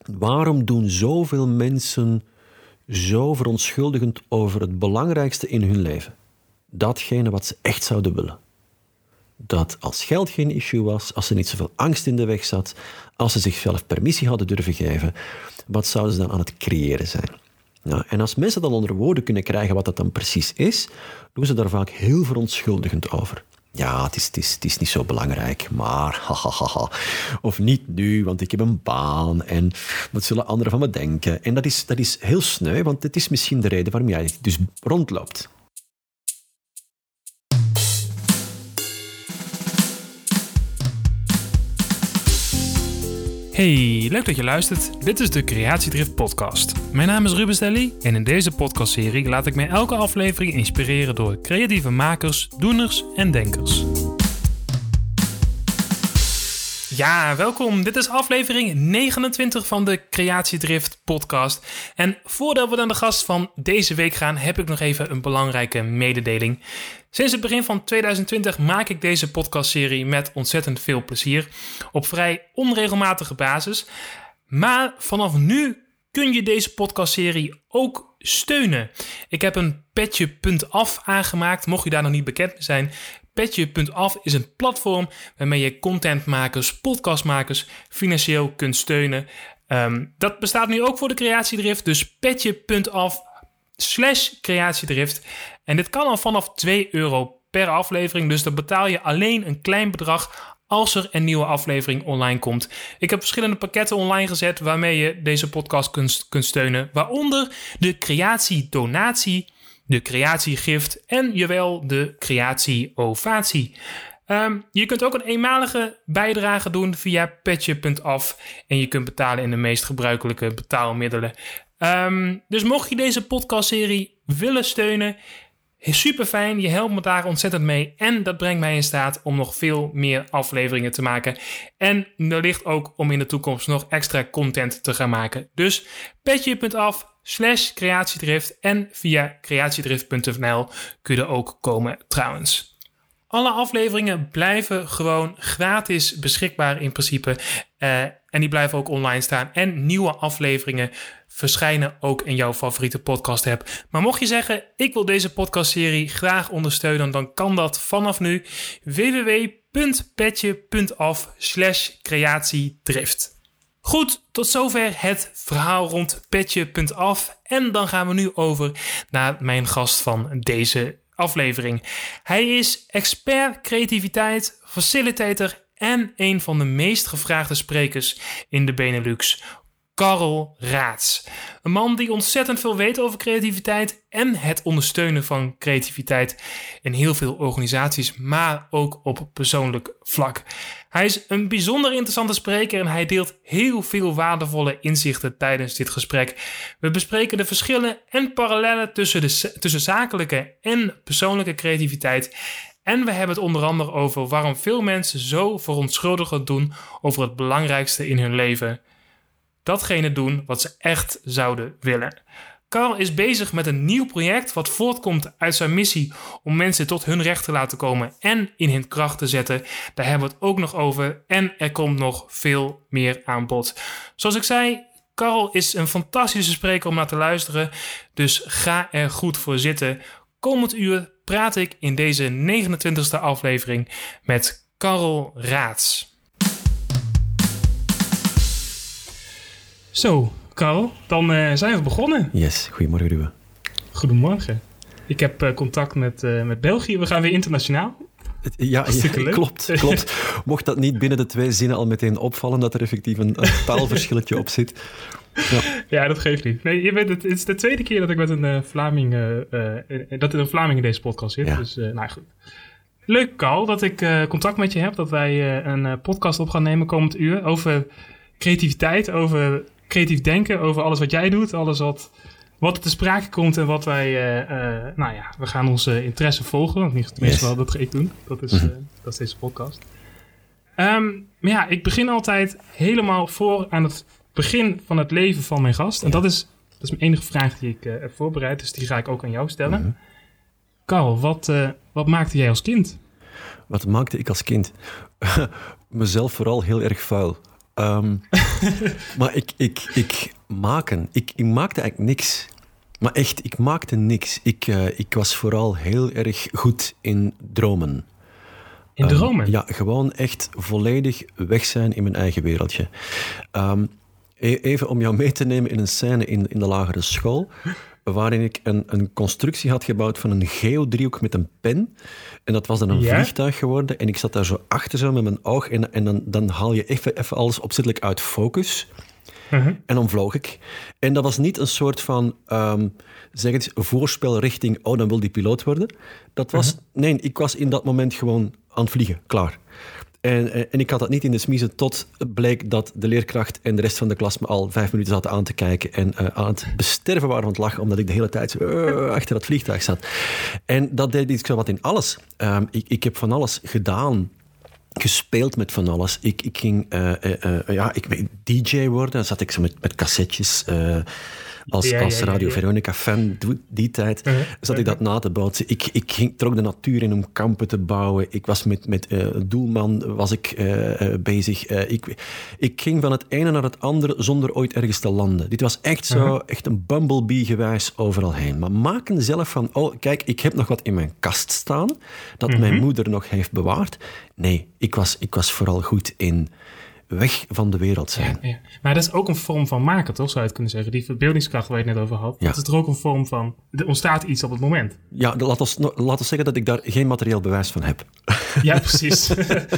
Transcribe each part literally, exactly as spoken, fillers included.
Waarom doen zoveel mensen zo verontschuldigend over het belangrijkste in hun leven? Datgene wat ze echt zouden willen. Dat als geld geen issue was, als er niet zoveel angst in de weg zat, als ze zichzelf permissie hadden durven geven, wat zouden ze dan aan het creëren zijn? Nou, en als mensen dan onder woorden kunnen krijgen wat dat dan precies is, doen ze daar vaak heel verontschuldigend over. Ja, het is, het is, het is niet zo belangrijk, maar hahaha. Of niet nu, want ik heb een baan en wat zullen anderen van me denken? En dat is, dat is heel sneu, want het is misschien de reden waarom jij dus rondloopt. Hey, leuk dat je luistert. Dit is de Creatiedrift podcast. Mijn naam is Ruben Stelly en in deze podcastserie laat ik mij elke aflevering inspireren door creatieve makers, doeners en denkers. Ja, welkom. Dit is aflevering negenentwintig van de Creatiedrift podcast. En voordat we naar de gast van deze week gaan, heb ik nog even een belangrijke mededeling. Sinds het begin van tweeduizend twintig maak ik deze podcastserie met ontzettend veel plezier. Op vrij onregelmatige basis. Maar vanaf nu kun je deze podcastserie ook steunen. Ik heb een petje punt af aangemaakt, mocht je daar nog niet bekend mee zijn. petje punt af is een platform waarmee je contentmakers, podcastmakers financieel kunt steunen. Um, dat bestaat nu ook voor de Creatiedrift, dus petje punt af slash creatiedrift. En dit kan al vanaf twee euro per aflevering, dus dan betaal je alleen een klein bedrag als er een nieuwe aflevering online komt. Ik heb verschillende pakketten online gezet waarmee je deze podcast kunt, kunt steunen, waaronder de creatiedonatie, de creatiegift en jawel de creatieovatie. Um, je kunt ook een eenmalige bijdrage doen via petje punt af en je kunt betalen in de meest gebruikelijke betaalmiddelen. Um, dus mocht je deze podcastserie willen steunen, super fijn, je helpt me daar ontzettend mee en dat brengt mij in staat om nog veel meer afleveringen te maken en wellicht ook om in de toekomst nog extra content te gaan maken. Dus petje punt af slash creatiedrift en via creatiedrift punt n l kun je er ook komen trouwens. Alle afleveringen blijven gewoon gratis beschikbaar in principe uh, en die blijven ook online staan en nieuwe afleveringen verschijnen ook in jouw favoriete podcast app. Maar mocht je zeggen, ik wil deze podcastserie graag ondersteunen, dan kan dat vanaf nu w w w punt petje punt af slash creatiedrift. Goed, tot zover het verhaal rond petje punt af en dan gaan we nu over naar mijn gast van deze aflevering. Hij is expert creativiteit, facilitator en een van de meest gevraagde sprekers in de Benelux. Karel Raats. Een man die ontzettend veel weet over creativiteit en het ondersteunen van creativiteit in heel veel organisaties, maar ook op persoonlijk vlak. Hij is een bijzonder interessante spreker en hij deelt heel veel waardevolle inzichten tijdens dit gesprek. We bespreken de verschillen en parallellen tussen, de, tussen zakelijke en persoonlijke creativiteit. En we hebben het onder andere over waarom veel mensen zo verontschuldigend doen over het belangrijkste in hun leven. Datgene doen wat ze echt zouden willen. Karel is bezig met een nieuw project wat voortkomt uit zijn missie om mensen tot hun recht te laten komen en in hun kracht te zetten. Daar hebben we het ook nog over en er komt nog veel meer aan bod. Zoals ik zei, Karel is een fantastische spreker om naar te luisteren, dus ga er goed voor zitten. Komend uur praat ik in deze negenentwintigste aflevering met Karel Raats. Zo, Karel, dan uh, zijn we begonnen. Yes, goedemorgen Ruben. Goedemorgen. Ik heb uh, contact met, uh, met België. We gaan weer internationaal. Het, ja, ja klopt, klopt. Mocht dat niet binnen de twee zinnen al meteen opvallen dat er effectief een, een taalverschilletje op zit. Ja. ja, dat geeft niet. Nee, je weet het, het is de tweede keer dat ik met een uh, Vlaming, uh, uh, dat er een Vlaming in deze podcast zit. Ja. Dus, uh, nou goed. Leuk, Karel, dat ik uh, contact met je heb. Dat wij uh, een uh, podcast op gaan nemen komend uur over creativiteit, over creatief denken, over alles wat jij doet, alles wat, wat er te sprake komt en wat wij, uh, uh, nou ja, we gaan onze interesse volgen. Want niet tenminste yes. wel, dat ga ik doen. Dat is, uh, dat is deze podcast. Um, maar ja, ik begin altijd helemaal voor aan het begin van het leven van mijn gast. En ja. dat, is, dat is mijn enige vraag die ik uh, heb voorbereid, dus die ga ik ook aan jou stellen. Mm-hmm. Karel, wat, uh, wat maakte jij als kind? Wat maakte ik als kind? Mezelf vooral heel erg vuil. Um, maar ik, ik, ik maken, ik, ik maakte eigenlijk niks. Maar echt, ik maakte niks. Ik, uh, ik was vooral heel erg goed in dromen. In dromen? Um, ja, gewoon echt volledig weg zijn in mijn eigen wereldje. Um, even om jou mee te nemen in een scène in, in de lagere school, waarin ik een, een constructie had gebouwd van een geodriehoek met een pen. En dat was dan een ja? vliegtuig geworden. En ik zat daar zo achter zo met mijn oog. En, en dan, dan haal je even, even alles opzettelijk uit focus. Uh-huh. En dan vloog ik. En dat was niet een soort van, um, zeg het, voorspel richting, oh, dan wil die piloot worden. Dat was, uh-huh. nee, ik was in dat moment gewoon aan het vliegen, klaar. En, en ik had dat niet in de smiezen tot bleek dat de leerkracht en de rest van de klas me al vijf minuten zaten aan te kijken en uh, aan het besterven waren van het lachen, omdat ik de hele tijd zo, uh, achter dat vliegtuig zat. En dat deed ik zo wat in alles. Um, ik, ik heb van alles gedaan. Gespeeld met van alles. Ik, ik ging uh, uh, uh, ja, ik D J worden. Dan zat ik zo met, met cassettes. Uh, als, ja, als Radio ja, ja, ja. Veronica-fan, die tijd, uh-huh. zat ik dat na te bootsen. Ik, ik ging, trok de natuur in om kampen te bouwen. Ik was met, met uh, doelman was ik, uh, uh, bezig. Uh, ik, ik ging van het ene naar het andere zonder ooit ergens te landen. Dit was echt zo, uh-huh. echt een bumblebee-gewijs overal heen. Maar maken zelf van, oh, kijk, ik heb nog wat in mijn kast staan, dat uh-huh. mijn moeder nog heeft bewaard. Nee, ik was, ik was vooral goed in weg van de wereld zijn. Ja, ja. Maar dat is ook een vorm van maken, toch? Zou je het kunnen zeggen. Die verbeeldingskracht waar je het net over had. Ja. Dat is er ook een vorm van, er ontstaat iets op het moment. Ja, laat ons, laat ons zeggen dat ik daar geen materieel bewijs van heb. Ja, precies.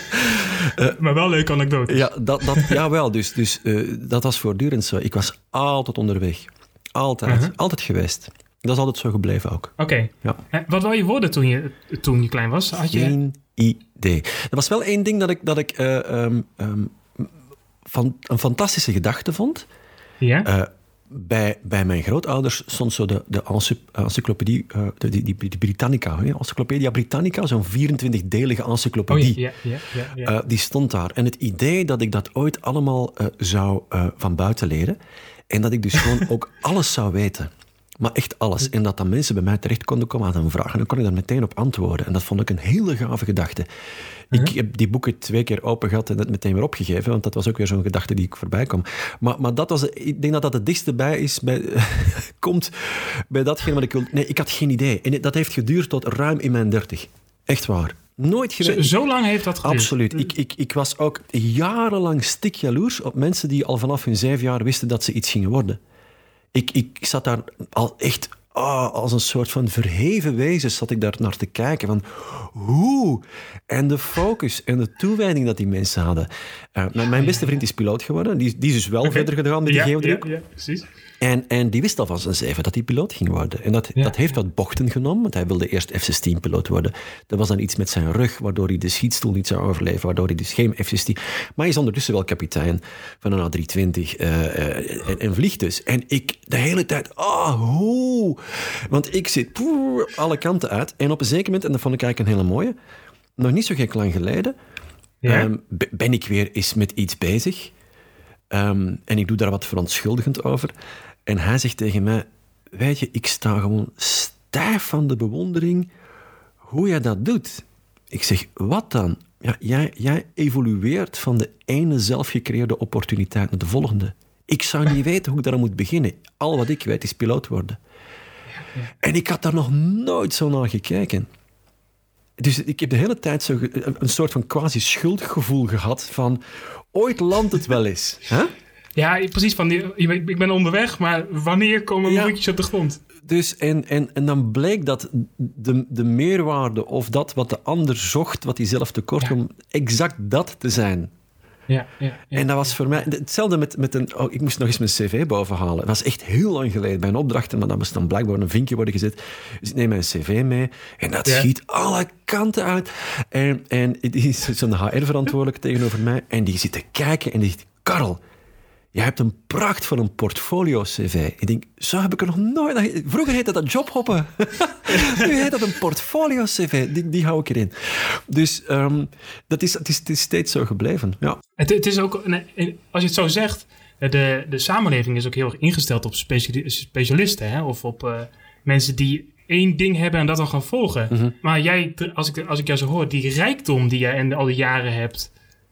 uh, maar wel leuke anekdote. Ja, dat, dat, jawel. Dus, dus uh, dat was voortdurend zo. Ik was altijd onderweg. Altijd. Uh-huh. Altijd geweest. Dat is altijd zo gebleven ook. Oké. Okay. Ja. En wat wil je worden toen je, toen je klein was? Had je... Geen idee. Er was wel één ding dat ik, dat ik uh, um, um, van, een fantastische gedachte vond. Ja? Uh, bij, bij mijn grootouders stond zo de, de encyclopedie, uh, de, die, die, die Britannica, hè? Encyclopedia Britannica, zo'n vierentwintig-delige encyclopedie. Oh, ja, ja, ja, ja. Uh, die stond daar. En het idee dat ik dat ooit allemaal uh, zou uh, van buiten leren en dat ik dus gewoon ook alles zou weten. Maar echt alles. En dat dan mensen bij mij terecht konden komen aan een vraag. En dan kon ik daar meteen op antwoorden. En dat vond ik een hele gave gedachte. Uh-huh. Ik heb die boeken twee keer open gehad en het meteen weer opgegeven. Want dat was ook weer zo'n gedachte die ik voorbij kwam. Maar, maar dat was, ik denk dat dat het dichtste bij is, bij, komt bij datgene wat ik wil. Nee, ik had geen idee. En dat heeft geduurd tot ruim in mijn dertig. Echt waar. Nooit geweest. Zo, zo lang heeft dat geduurd? Absoluut. Ik, ik, ik was ook jarenlang stikjaloers op mensen die al vanaf hun zeven jaar wisten dat ze iets gingen worden. Ik, ik zat daar al echt oh, als een soort van verheven wezen zat ik daar naar te kijken. Van hoe? En de focus en de toewijding dat die mensen hadden. Uh, mijn, mijn beste vriend is piloot geworden. Die, die is dus wel okay. verder gegaan met die ja, geodriehoek. Ja, ja, precies. En, en die wist al van zijn zeven dat hij piloot ging worden. En dat, ja. dat heeft wat bochten genomen, want hij wilde eerst F zestien-piloot worden. Er was dan iets met zijn rug, waardoor hij de schietstoel niet zou overleven, waardoor hij dus geen F zestien... Maar hij is ondertussen wel kapitein van een A driehonderdtwintig uh, uh, en, en vliegt dus. En ik de hele tijd, ah, oh, hoe? Want ik zit poeh, alle kanten uit. En op een zeker moment, en dat vond ik eigenlijk een hele mooie, nog niet zo gek lang geleden, ja. um, ben ik weer eens met iets bezig. Um, en ik doe daar wat verontschuldigend over. En hij zegt tegen mij, weet je, ik sta gewoon stijf van de bewondering hoe jij dat doet. Ik zeg, wat dan? Ja, jij, jij evolueert van de ene zelfgecreëerde opportuniteit naar de volgende. Ik zou niet weten hoe ik daar moet beginnen. Al wat ik weet is piloot worden. Ja, ja. En ik had daar nog nooit zo naar gekeken. Dus ik heb de hele tijd zo een soort van quasi-schuldgevoel gehad van, ooit landt het wel eens. Huh? Ja, precies. Van die, ik ben onderweg, maar wanneer komen mijn voetjes ja. op de grond? Dus en, en, en dan bleek dat de, de meerwaarde of dat wat de ander zocht, wat hij zelf tekort kwam, ja. exact dat te zijn. Ja, ja, ja, en dat was voor mij... Hetzelfde met, met een... Oh, ik moest nog eens mijn cv bovenhalen. Het was echt heel lang geleden bij een opdracht, maar dan moest dan blijkbaar een vinkje worden gezet. Dus ik neem mijn cv mee en dat ja. schiet alle kanten uit. En, en die is zo'n H R-verantwoordelijke tegenover mij en die zit te kijken en die zegt, Karel, je hebt een pracht van een portfolio-cv. Ik denk, zo heb ik er nog nooit... Vroeger heette dat jobhoppen. Nu heet dat een portfolio-cv. Die, die hou ik erin. Dus um, dat is, het, is, het is steeds zo gebleven. Ja. Het, het is ook... Als je het zo zegt... De, de samenleving is ook heel erg ingesteld op specialisten. Hè? Of op uh, mensen die één ding hebben en dat dan gaan volgen. Mm-hmm. Maar jij, als ik, als ik jou zo hoor... Die rijkdom die jij in al die jaren hebt...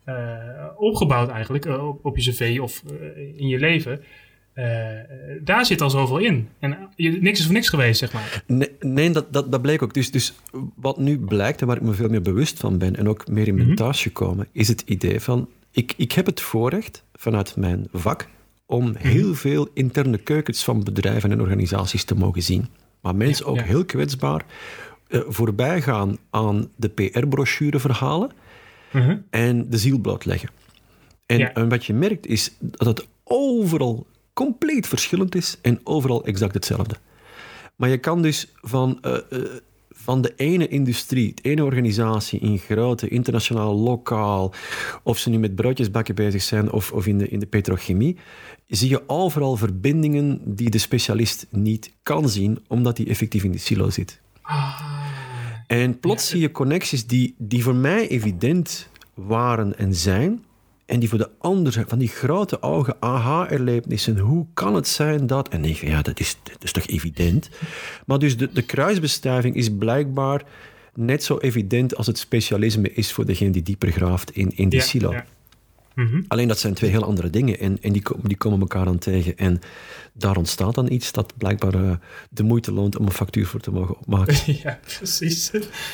uh, opgebouwd eigenlijk, uh, op, op je cv of uh, in je leven. Uh, daar zit al zoveel in. En je, niks is voor niks geweest, zeg maar. Nee, nee dat, dat, dat bleek ook. Dus, dus wat nu blijkt en waar ik me veel meer bewust van ben en ook meer in mijn thuis gekomen, is het idee van, ik, ik heb het voorrecht vanuit mijn vak om heel veel interne keukens van bedrijven en organisaties te mogen zien. Maar mensen ja, ook ja. heel kwetsbaar uh, voorbij gaan aan de P R-brochureverhalen uh-huh. en de ziel blootleggen. En, ja. en wat je merkt is dat het overal compleet verschillend is en overal exact hetzelfde. Maar je kan dus van, uh, uh, van de ene industrie, de ene organisatie in grote, internationaal, lokaal, of ze nu met broodjesbakken bezig zijn of, of in, de, in de petrochemie, zie je overal verbindingen die de specialist niet kan zien, omdat hij effectief in die silo zit. Ah. En plots ja. zie je connecties die, die voor mij evident waren en zijn, en die voor de ander zijn, van die grote ogen, aha-erlebnissen. Hoe kan het zijn dat... En ik, ja, dat is, dat is toch evident? Maar dus de, de kruisbestuiving is blijkbaar net zo evident als het specialisme is voor degene die dieper graaft in, in die ja, silo. Ja. Mm-hmm. Alleen dat zijn twee heel andere dingen en, en die, die komen elkaar aan tegen. En daar ontstaat dan iets dat blijkbaar uh, de moeite loont om een factuur voor te mogen opmaken. Ja, precies.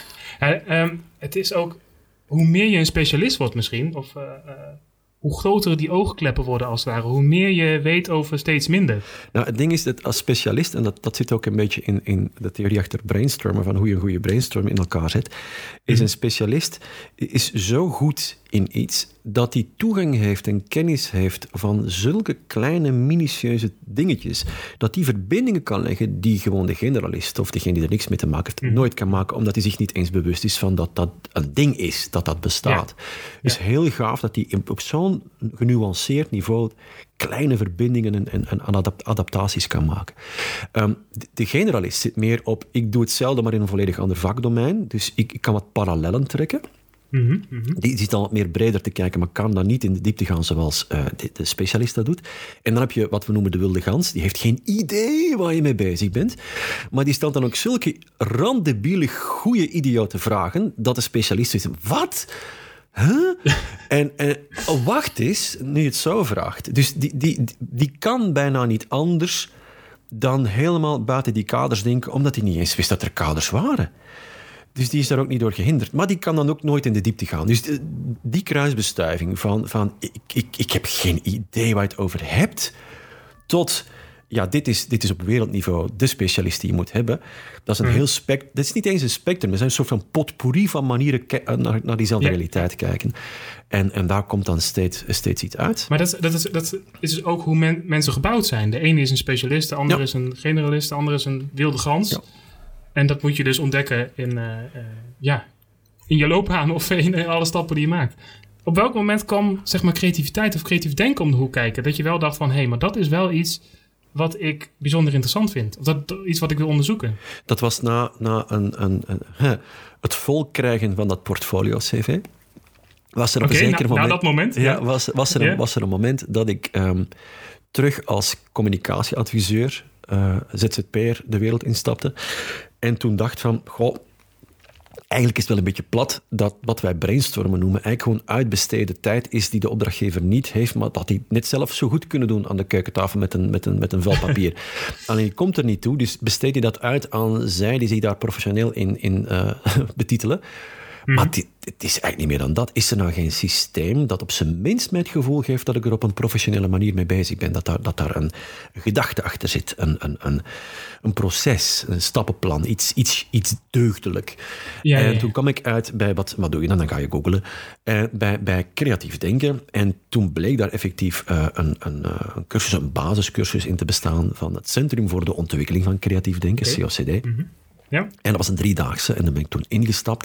Ja, um, het is ook... Hoe meer je een specialist wordt misschien, of uh, uh, hoe groter die oogkleppen worden als het ware, hoe meer je weet over steeds minder. Nou, het ding is dat als specialist, en dat, dat zit ook een beetje in, in de theorie achter brainstormen, van hoe je een goede brainstorm in elkaar zet, is een specialist is zo goed in iets dat hij toegang heeft en kennis heeft van zulke kleine, minutieuze dingetjes, dat hij verbindingen kan leggen die gewoon de generalist of degene die er niks mee te maken heeft, mm. nooit kan maken, omdat hij zich niet eens bewust is van dat dat een ding is, dat dat bestaat. Ja. Dus ja. heel gaaf dat hij op zo'n genuanceerd niveau kleine verbindingen en, en, en adapt- adaptaties kan maken. Um, de, de generalist zit meer op, ik doe hetzelfde, maar in een volledig ander vakdomein, dus ik, ik kan wat parallellen trekken. Mm-hmm, mm-hmm. Die zit dan wat meer breder te kijken, maar kan dan niet in de diepte gaan zoals uh, de, de specialist dat doet. En dan heb je wat we noemen de wilde gans. Die heeft geen idee waar je mee bezig bent. Maar die stelt dan ook zulke randebiele, goede, idiote vragen, dat de specialist zegt, wat? Huh? en, en wacht eens, nu je het zo vraagt. Dus die, die, die kan bijna niet anders dan helemaal buiten die kaders denken, omdat hij niet eens wist dat er kaders waren. Dus die is daar ook niet door gehinderd. Maar die kan dan ook nooit in de diepte gaan. Dus die, die kruisbestuiving van, van ik, ik, ik heb geen idee waar je het over hebt, tot, ja, dit is, dit is op wereldniveau de specialist die je moet hebben. Dat is een heel spectrum. Dat is niet eens een spectrum. Er zijn een soort van potpourri van manieren ke- naar, naar diezelfde ja. realiteit kijken. En, en daar komt dan steeds, steeds iets uit. Maar dat, dat, is, dat is dus ook hoe men, mensen gebouwd zijn. De ene is een specialist, de andere ja. is een generalist, de andere is een wilde gans. Ja. En dat moet je dus ontdekken in, uh, uh, ja, in je loopbaan of in alle stappen die je maakt. Op welk moment kwam, zeg maar, creativiteit of creatief denken om de hoek kijken? Dat je wel dacht van, hé, hey, maar dat is wel iets wat ik bijzonder interessant vind. Of dat iets wat ik wil onderzoeken. Dat was na, na een, een, een, hè, het volkrijgen van dat portfolio-cv. Was er op okay, een zeker na, moment... Na dat moment? Ja, ja. Was, was, er een, yeah. was er een moment dat ik um, terug als communicatieadviseur, uh, Z Z P'er, de wereld instapte. En toen dacht van, goh, eigenlijk is het wel een beetje plat dat wat wij brainstormen noemen eigenlijk gewoon uitbesteden tijd is die de opdrachtgever niet heeft, maar dat hij net zelf zo goed kunnen doen aan de keukentafel met een, met een, met een vel papier. Alleen je komt er niet toe, dus besteed je dat uit aan zij die zich daar professioneel in, in uh, betitelen. Mm. Maar het, het is eigenlijk niet meer dan dat. Is er nou geen systeem dat op zijn minst mij het gevoel geeft dat ik er op een professionele manier mee bezig ben? Dat daar, dat daar een gedachte achter zit, een, een, een, een proces, een stappenplan, iets, iets, iets deugdelijk. Ja, en ja, ja. toen kwam ik uit bij, wat, wat doe je dan? Dan ga je googlen. Eh, bij, bij creatief denken. En toen bleek daar effectief uh, een, een, een cursus, een basiscursus in te bestaan van het Centrum voor de Ontwikkeling van Creatief Denken, okay. C O C D. Mm-hmm. Ja. En dat was een driedaagse en daar ben ik toen ingestapt.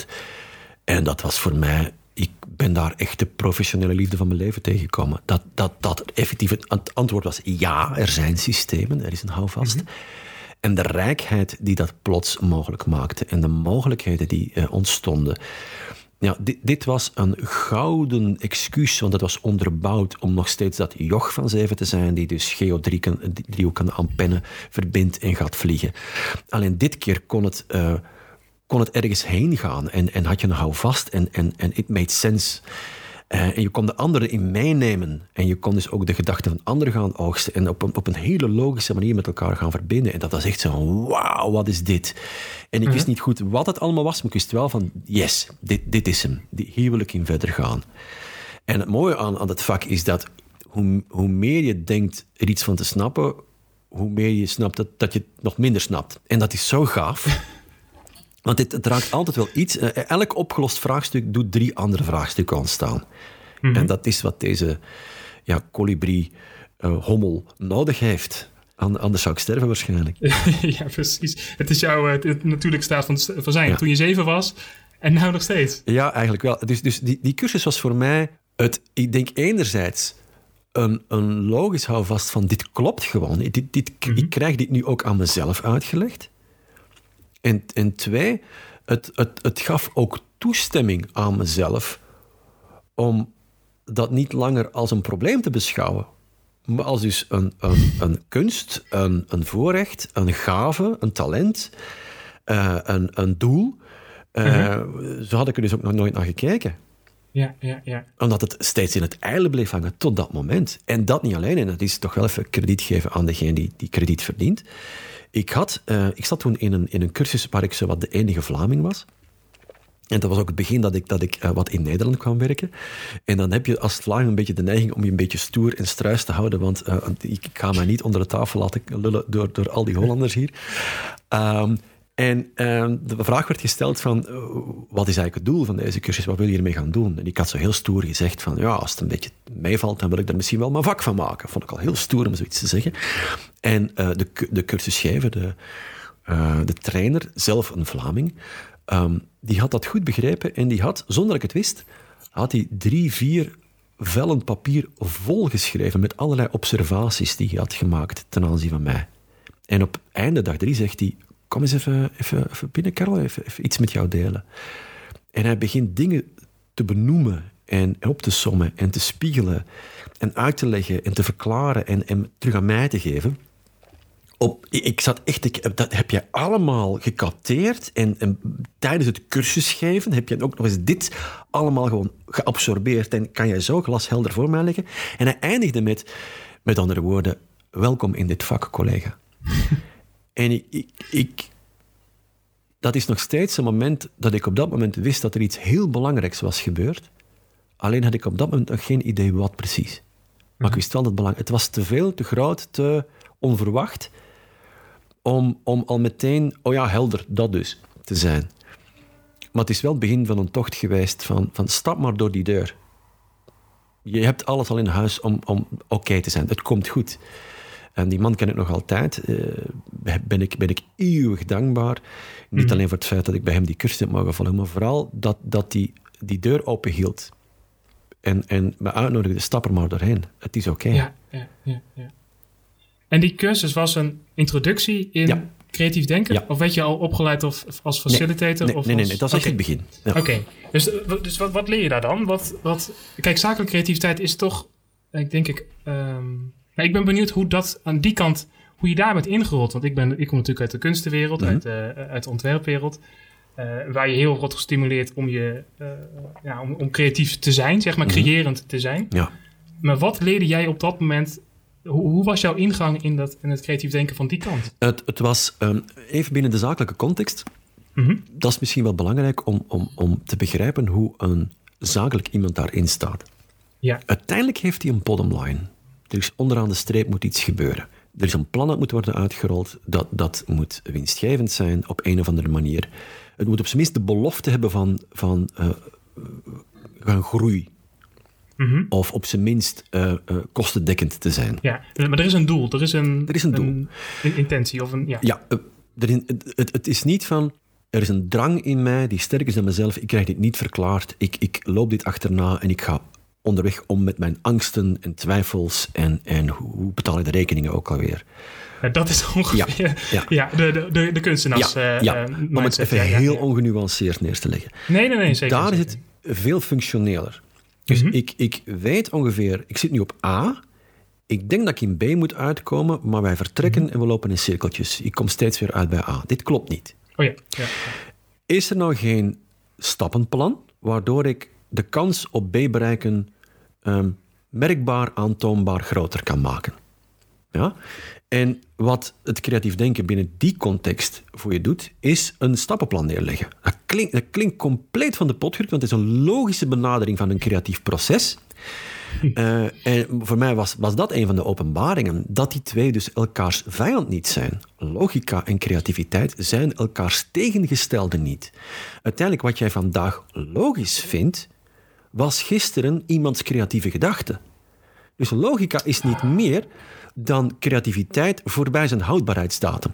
En dat was voor mij, ik ben daar echt de professionele liefde van mijn leven tegengekomen. Dat, dat, dat effectief het antwoord was, ja, er zijn systemen, er is een houvast. Mm-hmm. En de rijkheid die dat plots mogelijk maakte en de mogelijkheden die uh, ontstonden. Ja, dit, dit was een gouden excuus, want het was onderbouwd om nog steeds dat joch van zeven te zijn, die dus geodriehoeken aan pennen verbindt en gaat vliegen. Alleen dit keer kon het... Uh, kon het ergens heen gaan en, en had je een houvast en, en, en it made sense. Uh, en je kon de anderen in meenemen. En je kon dus ook de gedachten van anderen gaan oogsten. En op een, op een hele logische manier met elkaar gaan verbinden. En dat was echt zo, wauw, wat is dit? En ik wist Mm-hmm. niet goed wat het allemaal was, maar ik wist wel van, yes, dit, dit is hem. Hier wil ik in verder gaan. En het mooie aan, aan het vak is dat hoe, hoe meer je denkt er iets van te snappen, hoe meer je snapt dat, dat je het nog minder snapt. En dat is zo gaaf. Want het, het raakt altijd wel iets. Uh, elk opgelost vraagstuk doet drie andere vraagstukken ontstaan. Mm-hmm. En dat is wat deze ja, kolibrie, uh, hommel, nodig heeft. Anders zou ik sterven waarschijnlijk. Ja, precies. Het is jouw het, het natuurlijke staat van, van zijn. Ja. Toen je zeven was en nu nog steeds. Ja, eigenlijk wel. Dus, dus die, die cursus was voor mij het, ik denk enerzijds een, een logisch houvast van dit klopt gewoon. Dit, dit, mm-hmm. Ik krijg dit nu ook aan mezelf uitgelegd. En, en twee, het, het, het gaf ook toestemming aan mezelf om dat niet langer als een probleem te beschouwen, maar als dus een, een, een kunst, een, een voorrecht, een gave, een talent, uh, een, een doel. Uh, mm-hmm. Zo had ik er dus ook nog nooit naar gekeken. Ja, ja, ja. Omdat het steeds in het ijle bleef hangen tot dat moment. En dat niet alleen, en dat is toch wel even krediet geven aan degene die, die krediet verdient. Ik, had, uh, ik zat toen in een, in een cursus waar ik zo wat de enige Vlaming was. En dat was ook het begin dat ik, dat ik uh, wat in Nederland kwam werken. En dan heb je als Vlaming een beetje de neiging om je een beetje stoer en struis te houden, want uh, ik, ik ga mij niet onder de tafel laten lullen door, door al die Hollanders hier. Um, En uh, de vraag werd gesteld van, uh, wat is eigenlijk het doel van deze cursus? Wat wil je hiermee gaan doen? En ik had zo heel stoer gezegd van, ja, als het een beetje meevalt, dan wil ik er misschien wel mijn vak van maken. Vond ik al heel stoer om zoiets te zeggen. En uh, de, de cursusgever, de, uh, de trainer, zelf een Vlaming, um, die had dat goed begrepen en die had, zonder dat ik het wist, had hij drie, vier vellen papier volgeschreven met allerlei observaties die hij had gemaakt ten aanzien van mij. En op einde dag drie zegt hij, kom eens even, even, even binnen, Karel, even, even iets met jou delen. En hij begint dingen te benoemen en op te sommen en te spiegelen en uit te leggen en te verklaren en, en terug aan mij te geven. Op, ik zat echt, ik, dat heb je allemaal gecapteerd en, en tijdens het cursusgeven heb je ook nog eens dit allemaal gewoon geabsorbeerd en kan jij zo glashelder voor mij leggen. En hij eindigde met, met andere woorden, welkom in dit vak, collega. En ik, ik, ik, dat is nog steeds een moment dat ik op dat moment wist dat er iets heel belangrijks was gebeurd. Alleen had ik op dat moment nog geen idee wat precies. Maar ik wist wel dat het belangrijk. Het was te veel, te groot, te onverwacht om, om al meteen, oh ja, helder, dat dus, te zijn. Maar het is wel het begin van een tocht geweest van, van stap maar door die deur. Je hebt alles al in huis om, om oké okay te zijn. Het komt goed. En die man ken ik nog altijd. Uh, ben, ik, ben ik eeuwig dankbaar. Niet mm. alleen voor het feit dat ik bij hem die cursus heb mogen volgen, maar vooral dat, dat die, die deur open hield. En, en me uitnodigde, stap er maar doorheen. Het is oké. Okay. Ja, ja, ja, ja. En die cursus was een introductie in ja. creatief denken? Ja. Of werd je al opgeleid of, als facilitator? Nee, nee, of nee, nee, als... nee, dat was okay. echt het begin. Ja. Oké, okay. dus, dus wat, wat leer je daar dan? Wat, wat... Kijk, zakelijke creativiteit is toch, ik denk ik... Um... Maar ik ben benieuwd hoe dat aan die kant, hoe je daar bent ingerold. Want ik, ben, ik kom natuurlijk uit de kunstenwereld, mm-hmm. uit, uh, uit de ontwerpwereld. Uh, waar je heel wordt gestimuleerd om, je, uh, ja, om, om creatief te zijn, zeg maar, mm-hmm. creërend te zijn. Ja. Maar wat leerde jij op dat moment? Hoe, hoe was jouw ingang in, dat, in het creatief denken van die kant? Het, het was um, even binnen de zakelijke context. Mm-hmm. Dat is misschien wel belangrijk om, om, om te begrijpen hoe een zakelijk iemand daarin staat. Ja. Uiteindelijk heeft hij een bottom line. Er is onderaan de streep moet iets gebeuren. Er is een plan dat moet worden uitgerold. Dat, dat moet winstgevend zijn op een of andere manier. Het moet op zijn minst de belofte hebben van, van uh, gaan groei. Mm-hmm. Of op zijn minst uh, uh, kostendekkend te zijn. Ja, maar er is een doel. Er is een, er is een, doel. een, een intentie. Of een, ja, ja uh, er is, het, het, het is niet van... Er is een drang in mij die sterk is dan mezelf. Ik krijg dit niet verklaard. Ik, ik loop dit achterna en ik ga... onderweg om met mijn angsten en twijfels en, en hoe betaal ik de rekeningen ook alweer. Ja, dat is ongeveer ja, ja. ja, de, de, de kunstenaars. Ja, ja. Uh, om het even ja, ja, heel ja. ongenuanceerd neer te leggen. Nee, nee, nee, zeker. Daar zeker. is het veel functioneler. Dus mm-hmm. ik, ik weet ongeveer, ik zit nu op A, ik denk dat ik in B moet uitkomen, maar wij vertrekken mm-hmm. en we lopen in cirkeltjes. Ik kom steeds weer uit bij A. Dit klopt niet. Oh ja. ja, ja. Is er nou geen stappenplan, waardoor ik de kans op B-bereiken um, merkbaar, aantoonbaar groter kan maken. Ja? En wat het creatief denken binnen die context voor je doet, is een stappenplan neerleggen. Dat klinkt, dat klinkt compleet van de pot gerukt, want het is een logische benadering van een creatief proces. Uh, en voor mij was, was dat een van de openbaringen, dat die twee dus elkaars vijand niet zijn. Logica en creativiteit zijn elkaars tegengestelde niet. Uiteindelijk, wat jij vandaag logisch vindt, was gisteren iemands creatieve gedachte. Dus logica is niet meer dan creativiteit voorbij zijn houdbaarheidsdatum.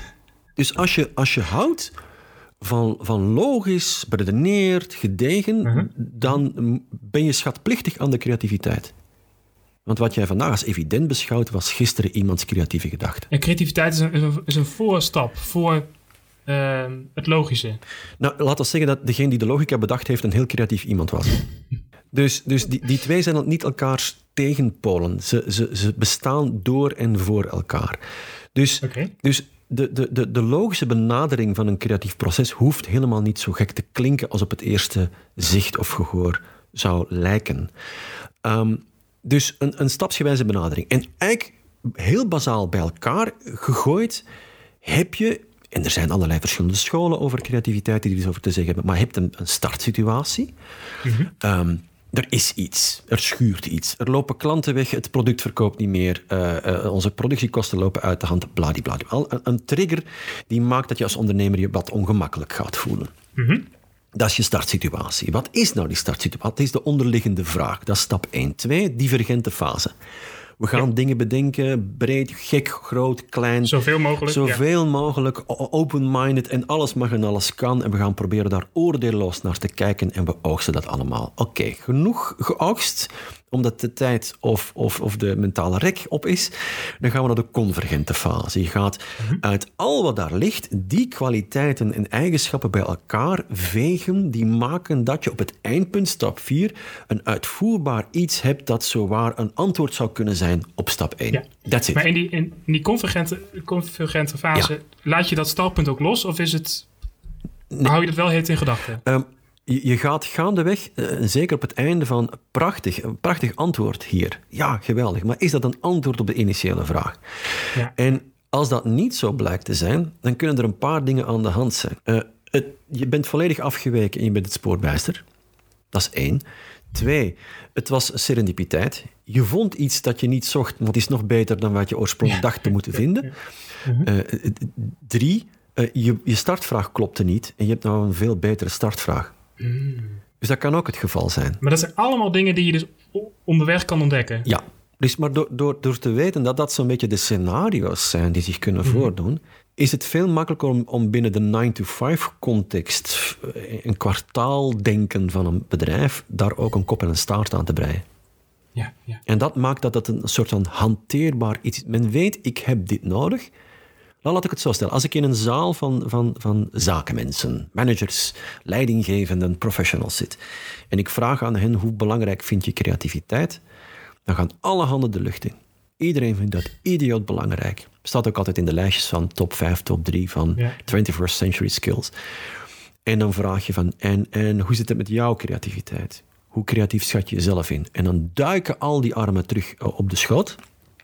Dus als je, als je houdt van, van logisch, beredeneerd, gedegen, uh-huh. dan ben je schatplichtig aan de creativiteit. Want wat jij vandaag als evident beschouwt, was gisteren iemands creatieve gedachte. En creativiteit is een, is een voorstap voor uh, het logische. Nou, laten we zeggen dat degene die de logica bedacht heeft een heel creatief iemand was. Dus, dus die, die twee zijn niet elkaars tegenpolen. Ze, ze, ze bestaan door en voor elkaar. Dus, okay. dus de, de, de, de logische benadering van een creatief proces hoeft helemaal niet zo gek te klinken als op het eerste zicht of gehoor zou lijken. Um, dus een, een stapsgewijze benadering. En eigenlijk heel bazaal bij elkaar gegooid heb je, en er zijn allerlei verschillende scholen over creativiteit die er iets over te zeggen hebben, maar je hebt een, een startsituatie. Mm-hmm. Um, Er is iets, er schuurt iets, er lopen klanten weg, het product verkoopt niet meer, uh, uh, onze productiekosten lopen uit de hand, bladibladib. Al een, een trigger die maakt dat je als ondernemer je wat ongemakkelijk gaat voelen. Mm-hmm. Dat is je startsituatie. Wat is nou die startsituatie? Wat is de onderliggende vraag? Dat is stap één. Twee, divergente fase. We gaan ja. dingen bedenken, breed, gek, groot, klein. Zoveel mogelijk. Zoveel ja. mogelijk, open-minded en alles mag en alles kan. En we gaan proberen daar oordeelloos naar te kijken en we oogsten dat allemaal. Oké, okay, genoeg geoogst, omdat de tijd of, of, of de mentale rek op is. Dan gaan we naar de convergente fase. Je gaat mm-hmm. uit al wat daar ligt, die kwaliteiten en eigenschappen bij elkaar vegen, die maken dat je op het eindpunt, stap vier, een uitvoerbaar iets hebt dat zowaar een antwoord zou kunnen zijn op stap één. Ja. That's it. Maar in die, in die convergente, convergente fase, ja. laat je dat startpunt ook los? Of is het, nee. hou je dat wel heet in gedachten? Um, je, je gaat gaandeweg, uh, zeker op het einde van, prachtig, een prachtig antwoord hier. Ja, geweldig. Maar is dat een antwoord op de initiële vraag? Ja. En als dat niet zo blijkt te zijn, dan kunnen er een paar dingen aan de hand zijn. Uh, het, je bent volledig afgeweken en je bent het spoorbijster. Dat is één. Twee, het was serendipiteit. Je vond iets dat je niet zocht, maar het is nog beter dan wat je oorspronkelijk dacht te moeten vinden. Uh, drie, uh, je, je startvraag klopte niet en je hebt nou een veel betere startvraag. Dus dat kan ook het geval zijn. Maar dat zijn allemaal dingen die je dus onderweg kan ontdekken. Ja, dus maar door, door, door te weten dat dat zo'n beetje de scenario's zijn die zich kunnen mm-hmm. voordoen, is het veel makkelijker om, om binnen de nine to five context, een kwartaaldenken van een bedrijf, daar ook een kop en een staart aan te breien. Ja, ja. En dat maakt dat het een soort van hanteerbaar iets is. Men weet, ik heb dit nodig. Nou, laat ik het zo stellen. Als ik in een zaal van, van, van zakenmensen, managers, leidinggevenden, professionals zit, en ik vraag aan hen, hoe belangrijk vind je creativiteit? Dan gaan alle handen de lucht in. Iedereen vindt dat idioot belangrijk. Staat ook altijd in de lijstjes van top vijf, top drie van ja. twenty-first century skills. En dan vraag je van, en, en hoe zit het met jouw creativiteit? Hoe creatief schat je jezelf in? En dan duiken al die armen terug op de schoot.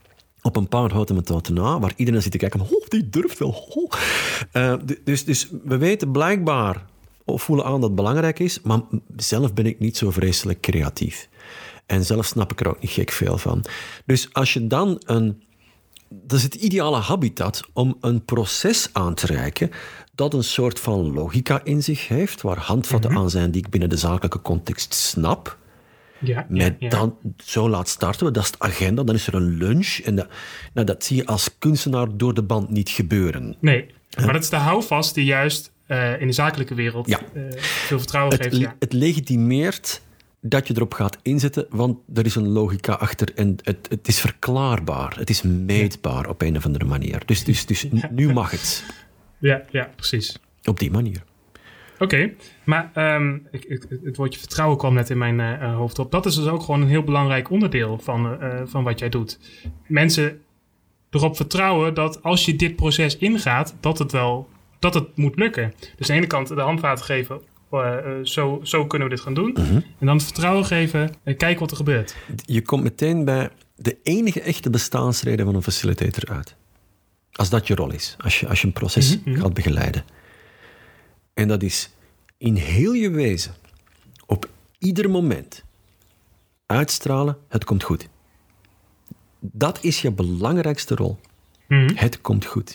Op een paar houten methoden na, waar iedereen zit te kijken, oh, die durft wel. Oh. Uh, dus, dus we weten blijkbaar, of voelen aan dat het belangrijk is, maar zelf ben ik niet zo vreselijk creatief. En zelf snap ik er ook niet gek veel van. Dus als je dan een... Dat is het ideale habitat om een proces aan te reiken dat een soort van logica in zich heeft, waar handvatten mm-hmm. aan zijn die ik binnen de zakelijke context snap. Ja, met ja, ja. dan zo laat starten we, dat is de agenda, dan is er een lunch. En dat, nou, dat zie je als kunstenaar door de band niet gebeuren. Nee, maar uh, dat is de houvast die juist uh, in de zakelijke wereld ja. uh, veel vertrouwen het, geeft. Ja. Het legitimeert dat je erop gaat inzetten, want er is een logica achter en het, het is verklaarbaar. Het is meetbaar ja. op een of andere manier. Dus, dus, dus ja. nu mag het. Ja, ja, precies. Op die manier. Oké, okay, maar um, ik, ik, het woordje vertrouwen kwam net in mijn uh, hoofd op. Dat is dus ook gewoon een heel belangrijk onderdeel van, uh, van wat jij doet. Mensen erop vertrouwen dat als je dit proces ingaat, dat het wel dat het moet lukken. Dus aan de ene kant de handvaten geven uh, zo, zo kunnen we dit gaan doen. Mm-hmm. En dan vertrouwen geven en kijken wat er gebeurt. Je komt meteen bij de enige echte bestaansreden van een facilitator uit. Als dat je rol is, als je, als je een proces mm-hmm. gaat begeleiden. En dat is in heel je wezen, op ieder moment, uitstralen, het komt goed. Dat is je belangrijkste rol. Mm-hmm. Het komt goed.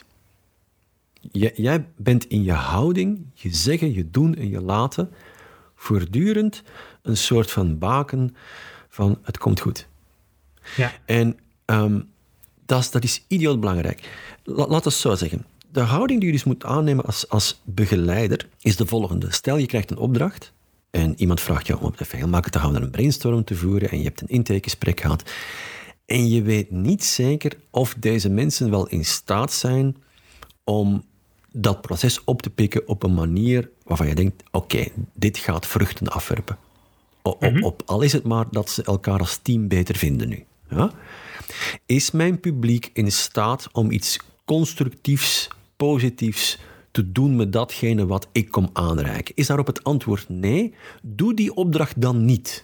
J- jij bent in je houding, je zeggen, je doen en je laten voortdurend een soort van baken van het komt goed. Ja. En um, dat, is, dat is idioot belangrijk. La, laat ons zo zeggen. De houding die je dus moet aannemen als, als begeleider is de volgende. Stel, je krijgt een opdracht en iemand vraagt jou om op de veel makkelijk te houden een brainstorm te voeren en je hebt een intakegesprek gehad en je weet niet zeker of deze mensen wel in staat zijn om dat proces op te pikken op een manier waarvan je denkt, oké, okay, dit gaat vruchten afwerpen. Op, mm-hmm. op, al is het maar dat ze elkaar als team beter vinden nu. Ja? Is mijn publiek in staat om iets constructiefs, positiefs te doen met datgene wat ik kom aanreiken? Is daarop het antwoord nee? Doe die opdracht dan niet.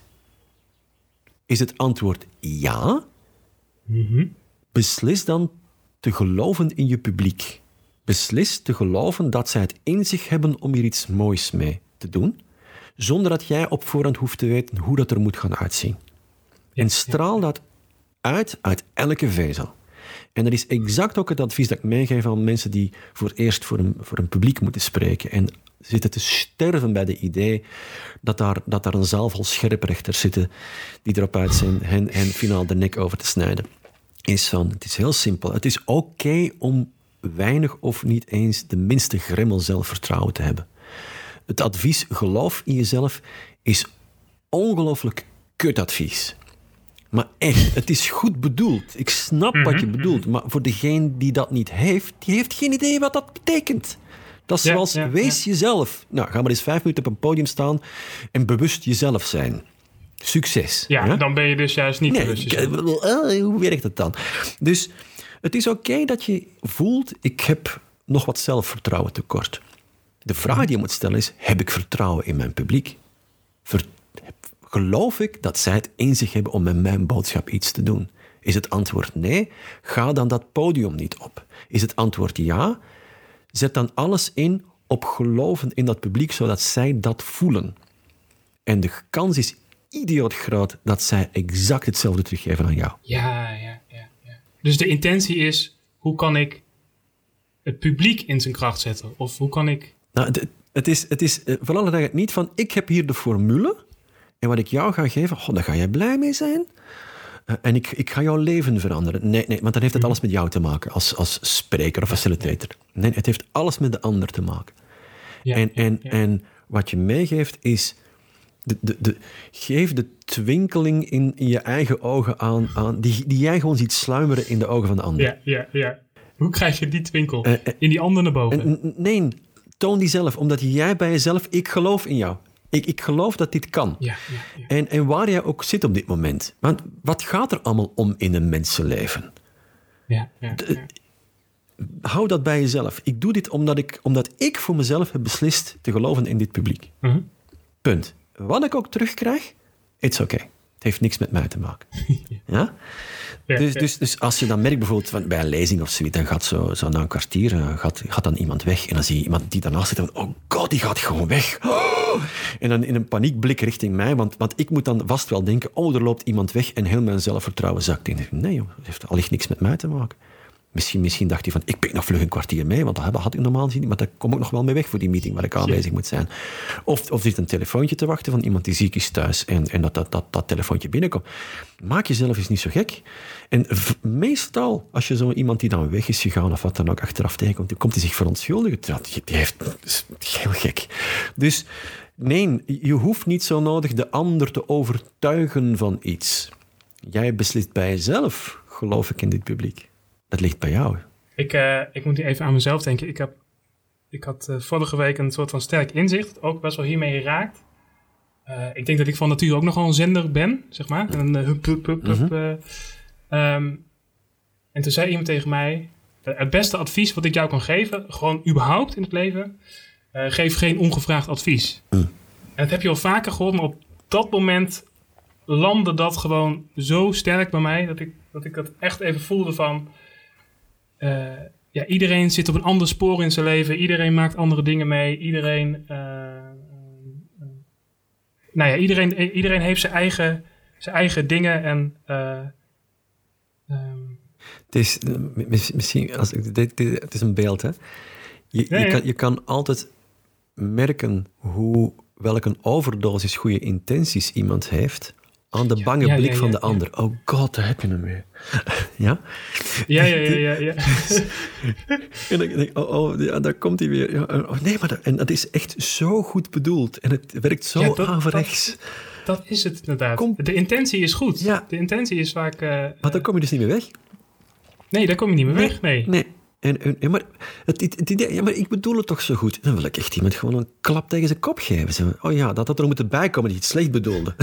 Is het antwoord ja? Mm-hmm. Beslis dan te geloven in je publiek. Beslis te geloven dat zij het in zich hebben om hier iets moois mee te doen, zonder dat jij op voorhand hoeft te weten hoe dat er moet gaan uitzien. En straal dat uit uit elke vezel. En dat is exact ook het advies dat ik meegeef aan mensen die voor het eerst voor een, voor een publiek moeten spreken en zitten te sterven bij de idee dat daar, dat daar een zaal vol scherprechters zitten die erop uit zijn hen, hen finaal de nek over te snijden. Is van, het is heel simpel. Het is oké okay om weinig of niet eens de minste gremmel zelfvertrouwen te hebben. Het advies geloof in jezelf is ongelooflijk kutadvies. Maar echt, het is goed bedoeld. Ik snap mm-hmm. wat je bedoelt. Maar voor degene die dat niet heeft, die heeft geen idee wat dat betekent. Dat is ja, zoals, ja, wees ja. jezelf. Nou, ga maar eens vijf minuten op een podium staan en bewust jezelf zijn. Succes. Ja, ja? Dan ben je dus juist niet nee, bewust jezelf. Uh, hoe werkt het dan? Dus het is oké okay dat je voelt, ik heb nog wat zelfvertrouwen tekort. De vraag die je moet stellen is, heb ik vertrouwen in mijn publiek? Ver, geloof ik dat zij het in zich hebben om met mijn boodschap iets te doen? Is het antwoord nee? Ga dan dat podium niet op. Is het antwoord ja? Zet dan alles in op geloven in dat publiek, zodat zij dat voelen. En de kans is idioot groot dat zij exact hetzelfde teruggeven aan jou. Ja, ja, ja. ja. Dus de intentie is, hoe kan ik het publiek in zijn kracht zetten? Of hoe kan ik... Nou, het, het is, het is uh, vooral dat het niet van, ik heb hier de formule en wat ik jou ga geven, oh, daar ga jij blij mee zijn. Uh, en ik, ik ga jouw leven veranderen. Nee, nee, want dan heeft het alles met jou te maken als, als spreker of facilitator. Nee, het heeft alles met de ander te maken. Ja, en, en, ja. en wat je meegeeft is, de, de, de, geef de twinkeling in, in je eigen ogen aan, aan die, die jij gewoon ziet sluimeren in de ogen van de ander. Ja, ja, ja. Hoe krijg je die twinkel? Uh, uh, in die ander naar boven? Uh, nee, toon die zelf, omdat jij bij jezelf, ik geloof in jou. Ik, ik geloof dat dit kan. Ja, ja, ja. En, en waar jij ook zit op dit moment. Want wat gaat er allemaal om in een mensenleven? Ja, ja, De, ja. Hou dat bij jezelf. Ik doe dit omdat ik, omdat ik voor mezelf heb beslist te geloven in dit publiek. Uh-huh. Punt. Wat ik ook terugkrijg, it's oké. Okay. Het heeft niks met mij te maken. Ja? Ja, dus, ja. Dus, dus als je dan merkt bijvoorbeeld bij een lezing of zoiets, dan gaat zo, zo na een kwartier uh, gaat, gaat dan iemand weg. En dan zie je iemand die daarnaast zit van, oh god, die gaat gewoon weg. Oh! En dan in een paniekblik richting mij, want, want ik moet dan vast wel denken, oh, er loopt iemand weg en heel mijn zelfvertrouwen zakt in. Nee joh, het heeft allicht niks met mij te maken. Misschien, misschien dacht hij van, ik pik nog vlug een kwartier mee, want dat had ik normaal gezien niet, maar daar kom ik nog wel mee weg voor die meeting waar ik aanwezig ja. moet zijn. Of, of er zit een telefoontje te wachten van iemand die ziek is thuis en, en dat, dat, dat, dat telefoontje binnenkomt. Maak jezelf eens niet zo gek. En v- meestal, als je zo iemand die dan weg is gegaan of wat dan ook achteraf tegenkomt, dan komt hij zich verontschuldigen. Die heeft, dat is heel gek. Dus nee, je hoeft niet zo nodig de ander te overtuigen van iets. Jij beslist bij jezelf, geloof ik in dit publiek. Dat ligt bij jou. Ik, uh, ik moet even aan mezelf denken. Ik, heb, ik had uh, vorige week een soort van sterk inzicht. Ook best wel hiermee geraakt. Uh, ik denk dat ik van nature ook nogal een zender ben. Zeg maar. Een uh, hup, hup, hup, mm-hmm. uh, um, en toen zei iemand tegen mij, uh, het beste advies wat ik jou kan geven, gewoon überhaupt in het leven, uh, geef geen ongevraagd advies. Mm. dat heb je al vaker gehoord, maar op dat moment landde dat gewoon zo sterk bij mij, dat ik dat, ik dat echt even voelde van... Uh, ja, iedereen zit op een ander spoor in zijn leven. Iedereen maakt andere dingen mee. Iedereen... Uh, uh, nou ja, iedereen, iedereen heeft zijn eigen, zijn eigen dingen en... Uh, um, het is misschien... Als, dit, dit, het is een beeld, hè. Je, ja, je, ja. Kan, je kan altijd merken hoe... welke overdosis goede intenties iemand heeft... aan de bange ja, ja, blik ja, van ja, de ander. ja. Oh god, daar heb je hem weer. ja? Ja, ja, ja, ja. ja. en dan denk ik, oh, oh ja, daar komt hij weer. Ja, oh, nee, maar dat, en dat is echt zo goed bedoeld. En het werkt zo ja, dat, averechts. Dat, dat is het inderdaad. Kom. De intentie is goed. Ja. De intentie is vaak... Uh, maar dan kom je dus niet meer weg. Nee, daar kom je niet meer nee, weg, nee. Nee. En, en, en, maar, het, het, het idee, ja, maar ik bedoel het toch zo goed. Dan wil ik echt iemand gewoon een klap tegen zijn kop geven. Zo, oh ja, dat had er moeten bijkomen dat je het slecht bedoelde.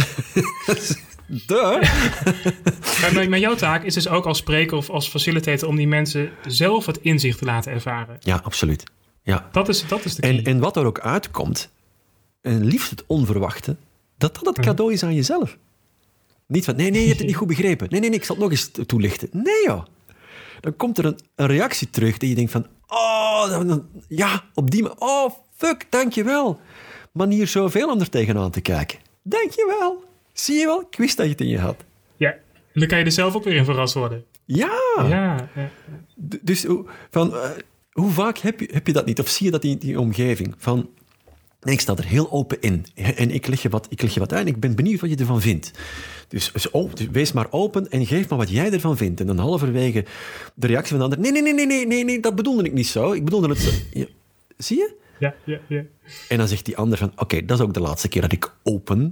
Duh. maar, maar jouw taak is dus ook als spreker of als facilitator... om die mensen zelf het inzicht te laten ervaren. Ja, absoluut. Ja. Dat is, dat is de key. En, en wat er ook uitkomt, en liefst het onverwachte... dat dat het cadeau is aan jezelf. Niet van, nee, nee, je hebt het niet goed begrepen. Nee, nee, nee, ik zal het nog eens toelichten. Nee, joh. Dan komt er een, een reactie terug dat je denkt van... Oh, dan, dan, ja, op die manier... Oh, fuck, dankjewel. Manier zoveel om er tegenaan te kijken. Dankjewel. Zie je wel? Ik wist dat je het in je had. Ja, en dan kan je er zelf ook weer in verrast worden. Ja. Ja. ja. D- dus van, uh, hoe vaak heb je, heb je dat niet? Of zie je dat in die omgeving? Van... Nee, ik sta er heel open in. En ik leg je wat, ik leg je wat uit en ik ben benieuwd wat je ervan vindt. Dus, dus, oh, dus wees maar open en geef maar wat jij ervan vindt. En dan halverwege de reactie van de ander... Nee, nee, nee, nee, nee, nee, nee, dat bedoelde ik niet zo. Ik bedoelde het zo. Ja. Zie je? Ja, ja, ja. En dan zegt die ander van... Oké, okay, dat is ook de laatste keer dat ik open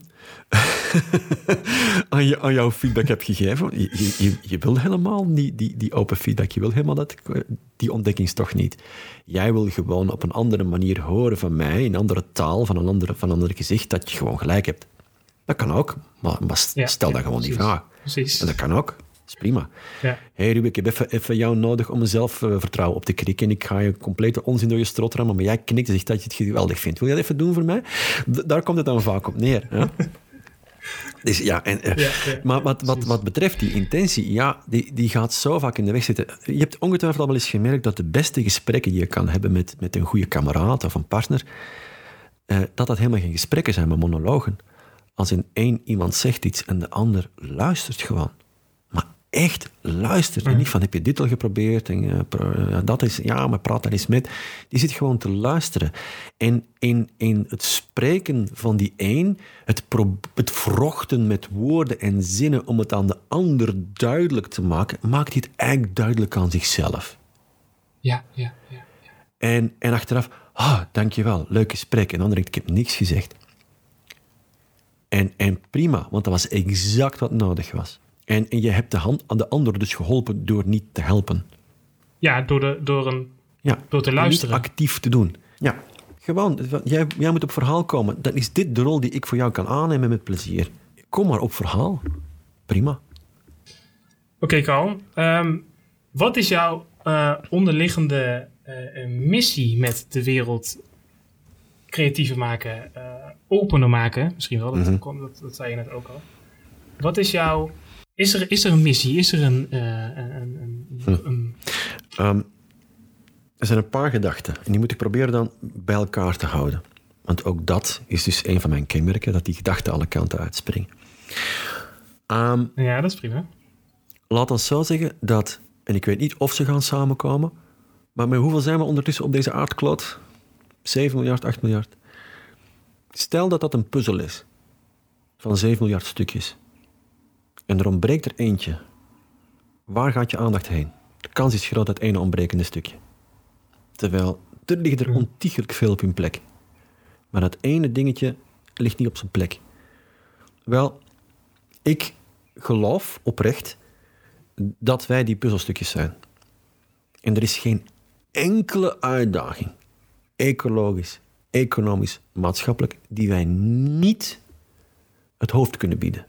aan, je, aan jouw feedback heb gegeven. Je, je, je wil helemaal niet die, die open feedback. Je wil helemaal dat, die ontdekkingstocht niet. Jij wil gewoon op een andere manier horen van mij, in een andere taal, van een andere, van een ander gezicht, dat je gewoon gelijk hebt. Dat kan ook, maar, maar stel ja, dan ja, gewoon precies. die vraag. Precies. En dat kan ook. Dat is prima. Ja. Hé hey Ruben, ik heb even, even jou nodig om mezelf uh, vertrouwen op te krikken. En ik ga je complete onzin door je strot rammen, maar jij knikt en zegt dat je het geweldig vindt. Wil je dat even doen voor mij? D- daar komt het dan vaak op neer. Hè? Dus, ja, en, uh, ja, ja, maar wat, wat, wat betreft die intentie, ja, die, die gaat zo vaak in de weg zitten. Je hebt ongetwijfeld al wel eens gemerkt dat de beste gesprekken die je kan hebben met, met een goede kameraad of een partner, uh, dat dat helemaal geen gesprekken zijn, maar monologen. Als in één iemand zegt iets en de ander luistert gewoon. Maar echt luistert. Mm. En niet van, heb je dit al geprobeerd? En, uh, pro, dat is, ja, maar praat daar eens met. Die zit gewoon te luisteren. En in, in het spreken van die een, het, pro, het vrochten met woorden en zinnen om het aan de ander duidelijk te maken, maakt hij het eigenlijk duidelijk aan zichzelf. Ja, ja, ja. ja. En, en achteraf, ah, dankjewel, leuk gesprek. En de ander denkt, ik heb niks gezegd. En, en prima, want dat was exact wat nodig was. En, en je hebt de, hand, aan de ander dus geholpen door niet te helpen. Ja, door, de, door, een, ja, door te luisteren. Niet actief te doen. Ja, gewoon, jij, jij moet op verhaal komen. Dan is dit de rol die ik voor jou kan aannemen met plezier. Kom maar op verhaal. Prima. Oké, okay, Carl. Um, wat is jouw uh, onderliggende uh, missie met de wereld creatiever maken, uh, opener maken? Misschien wel, dat, mm-hmm. dat, dat zei je net ook al. Wat is jouw... Is er, is er een missie? Is er een... Uh, een, een, een, een... Um, er zijn een paar gedachten. En die moet ik proberen dan bij elkaar te houden. Want ook dat is dus een van mijn kenmerken, dat die gedachten alle kanten uitspringen. Um, ja, dat is prima. Laat ons zo zeggen dat... En ik weet niet of ze gaan samenkomen. Maar met hoeveel zijn we ondertussen op deze aardkloot? zeven miljard, acht miljard. Stel dat dat een puzzel is. Van zeven miljard stukjes. En er ontbreekt er eentje. Waar gaat je aandacht heen? De kans is groot dat ene ontbrekende stukje. Terwijl, er ligt er ontiegelijk veel op hun plek. Maar dat ene dingetje ligt niet op zijn plek. Wel, ik geloof oprecht dat wij die puzzelstukjes zijn. En er is geen enkele uitdaging, ecologisch, economisch, maatschappelijk, die wij niet het hoofd kunnen bieden.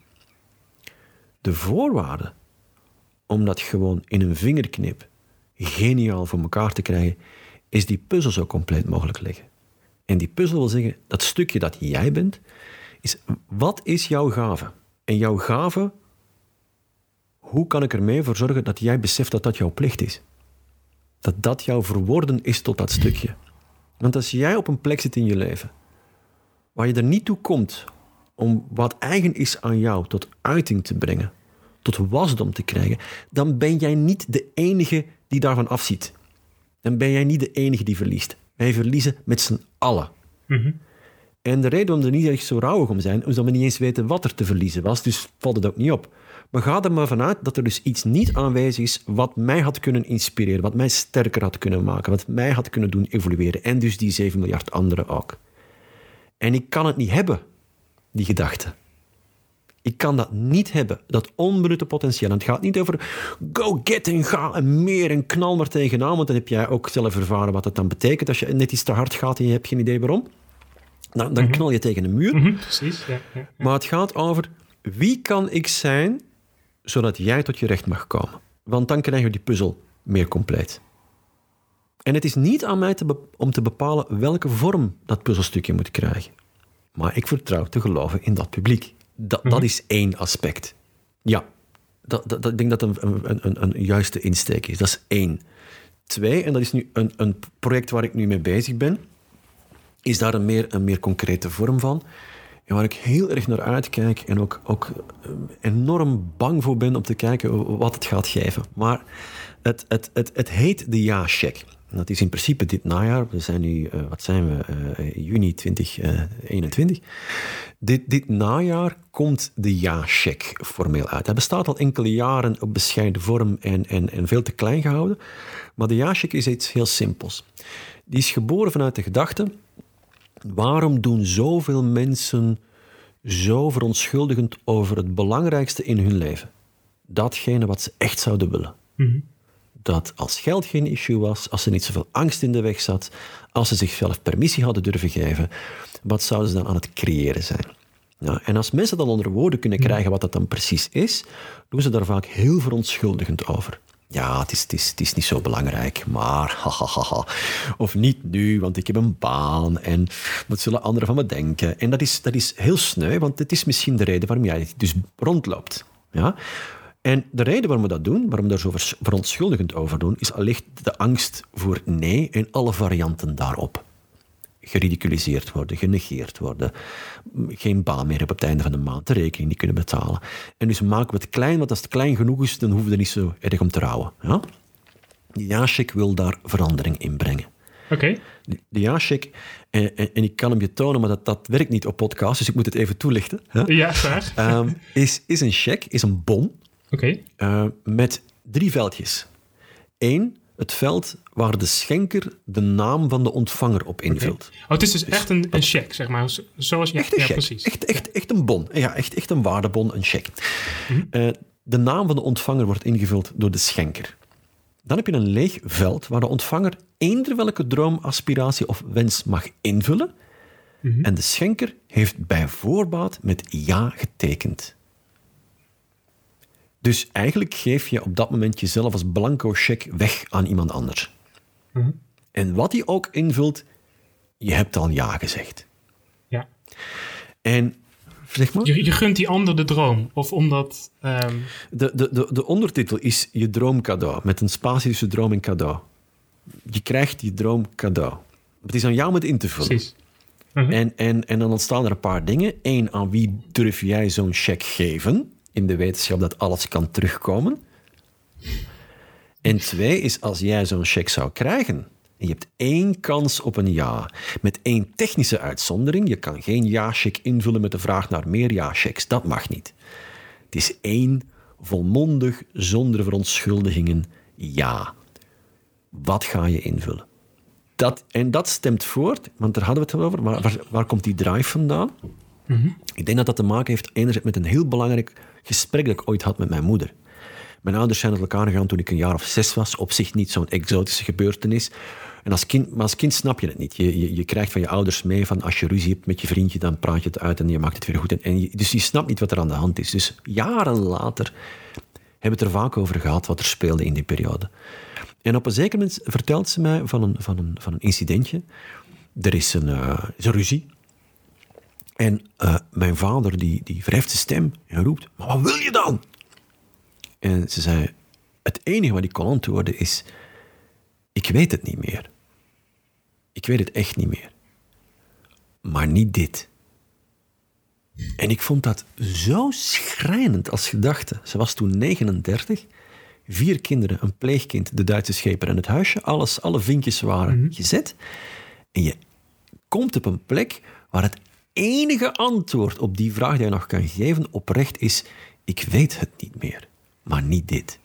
De voorwaarde om dat gewoon in een vingerknip geniaal voor elkaar te krijgen, is die puzzel zo compleet mogelijk leggen. En die puzzel wil zeggen, dat stukje dat jij bent, is wat is jouw gave? En jouw gave, hoe kan ik ermee voor zorgen dat jij beseft dat dat jouw plicht is? Dat dat jouw verwoorden is tot dat stukje. Want als jij op een plek zit in je leven, waar je er niet toe komt om wat eigen is aan jou tot uiting te brengen, tot wasdom te krijgen, dan ben jij niet de enige die daarvan afziet. Dan ben jij niet de enige die verliest. Wij verliezen met z'n allen. Mm-hmm. En de reden waarom we er niet echt zo rouwig om zijn, is dat we niet eens weten wat er te verliezen was, dus valt het ook niet op. Maar ga er maar vanuit dat er dus iets niet aanwezig is wat mij had kunnen inspireren, wat mij sterker had kunnen maken, wat mij had kunnen doen evolueren. En dus die zeven miljard anderen ook. En ik kan het niet hebben, die gedachte. Ik kan dat niet hebben, dat onbenutte potentieel. En het gaat niet over go get en ga en meer en knal maar tegenaan, want dan heb jij ook zelf ervaren wat het dan betekent. Als je net iets te hard gaat en je hebt geen idee waarom, dan, dan knal je tegen een muur. Mm-hmm, precies, ja, ja, ja. Maar het gaat over wie kan ik zijn zodat jij tot je recht mag komen. Want dan krijgen we die puzzel meer compleet. En het is niet aan mij te be- om te bepalen welke vorm dat puzzelstukje moet krijgen. Maar ik vertrouw te geloven in dat publiek. Dat, mm-hmm. dat is één aspect. Ja, dat, dat, dat, ik denk dat een, een, een, een juiste insteek is. Dat is één. Twee, en dat is nu een, een project waar ik nu mee bezig ben, is daar een meer, een meer concrete vorm van. En waar ik heel erg naar uitkijk en ook, ook enorm bang voor ben om te kijken wat het gaat geven. Maar het, het, het, het heet de ja-check. Dat is in principe dit najaar. We zijn nu, uh, wat zijn we, uh, juni twintig eenentwintig. Dit, dit najaar komt de ja-check formeel uit. Hij bestaat al enkele jaren op bescheiden vorm en, en, en veel te klein gehouden. Maar de ja-check is iets heel simpels. Die is geboren vanuit de gedachte: waarom doen zoveel mensen zo verontschuldigend over het belangrijkste in hun leven? Datgene wat ze echt zouden willen. Mm-hmm. Dat als geld geen issue was, als er niet zoveel angst in de weg zat, als ze zichzelf permissie hadden durven geven, wat zouden ze dan aan het creëren zijn? Nou, en als mensen dan onder woorden kunnen krijgen wat dat dan precies is, doen ze daar vaak heel verontschuldigend over. Ja, het is, het, is, het is niet zo belangrijk, maar hahaha. Of niet nu, want ik heb een baan en wat zullen anderen van me denken? En dat is, dat is heel sneu, want het is misschien de reden waarom jij dus rondloopt. Ja? En de reden waarom we dat doen, waarom we daar zo verontschuldigend over doen, is allicht de angst voor nee en alle varianten daarop. Geridiculiseerd worden, genegeerd worden, geen baan meer hebben op het einde van de maand, de rekening niet kunnen betalen. En dus maken we het klein, want als het klein genoeg is, dan hoeven we er niet zo erg om te rouwen. Ja? De ja-check wil daar verandering in brengen. Oké. Okay. De, de ja-check, en, en, en ik kan hem je tonen, maar dat, dat werkt niet op podcast, dus ik moet het even toelichten. Hè? Ja, graag. Um, is, is een cheque, is een bon, okay. uh, met drie veldjes. Eén, het veld waar de schenker de naam van de ontvanger op invult. Okay. Oh, het is dus, dus echt een, een cheque, zeg maar. Zoals, ja, echt een ja, cheque. Precies. Echt, echt, echt een bon. Ja, echt, echt een waardebon, een cheque. Mm-hmm. Uh, de naam van de ontvanger wordt ingevuld door de schenker. Dan heb je een leeg veld waar de ontvanger eender welke droom, aspiratie of wens mag invullen. Mm-hmm. En de schenker heeft bij voorbaat met ja getekend. Dus eigenlijk geef je op dat moment jezelf als blanco cheque weg aan iemand anders. Mm-hmm. En wat hij ook invult, je hebt al ja gezegd. Ja. En zeg maar, je, je gunt die ander de droom, of omdat... Um... De, de, de, de ondertitel is je droomcadeau, met een spatie tussen droom en cadeau. Je krijgt je droom cadeau. Het is aan jou om het in te vullen. Precies. Mm-hmm. En, en, en dan ontstaan er een paar dingen. Eén, aan wie durf jij zo'n cheque geven? In de wetenschap dat alles kan terugkomen. En twee is, als jij zo'n cheque zou krijgen en je hebt één kans op een ja, met één technische uitzondering, je kan geen ja-cheque invullen met de vraag naar meer ja-cheques, dat mag niet. Het is één volmondig, zonder verontschuldigingen, ja. Wat ga je invullen? Dat, en dat stemt voort, want daar hadden we het over, waar, waar, waar komt die drive vandaan? Mm-hmm. Ik denk dat dat te maken heeft enerzijds met een heel belangrijk gesprek dat ik ooit had met mijn moeder. Mijn ouders zijn uit elkaar gegaan toen ik een jaar of zes was. Op zich niet zo'n exotische gebeurtenis. En als kind, maar als kind snap je het niet. Je, je, je krijgt van je ouders mee van als je ruzie hebt met je vriendje, dan praat je het uit en je maakt het weer goed. En, en je, dus je snapt niet wat er aan de hand is. Dus jaren later hebben we het er vaak over gehad wat er speelde in die periode. En op een zeker moment vertelt ze mij van een, van een, van een incidentje er is een, uh, is een ruzie. En uh, mijn vader die, die verheft zijn stem en roept, maar wat wil je dan? En ze zei, het enige wat ik kon antwoorden is, ik weet het niet meer. Ik weet het echt niet meer. Maar niet dit. En ik vond dat zo schrijnend als gedachte. Ze was toen negenendertig, vier kinderen, een pleegkind, de Duitse scheper en het huisje. Alles, alle vinkjes waren mm-hmm. gezet. En je komt op een plek waar het enige antwoord op die vraag die je nog kan geven oprecht is, ik weet het niet meer, maar niet dit.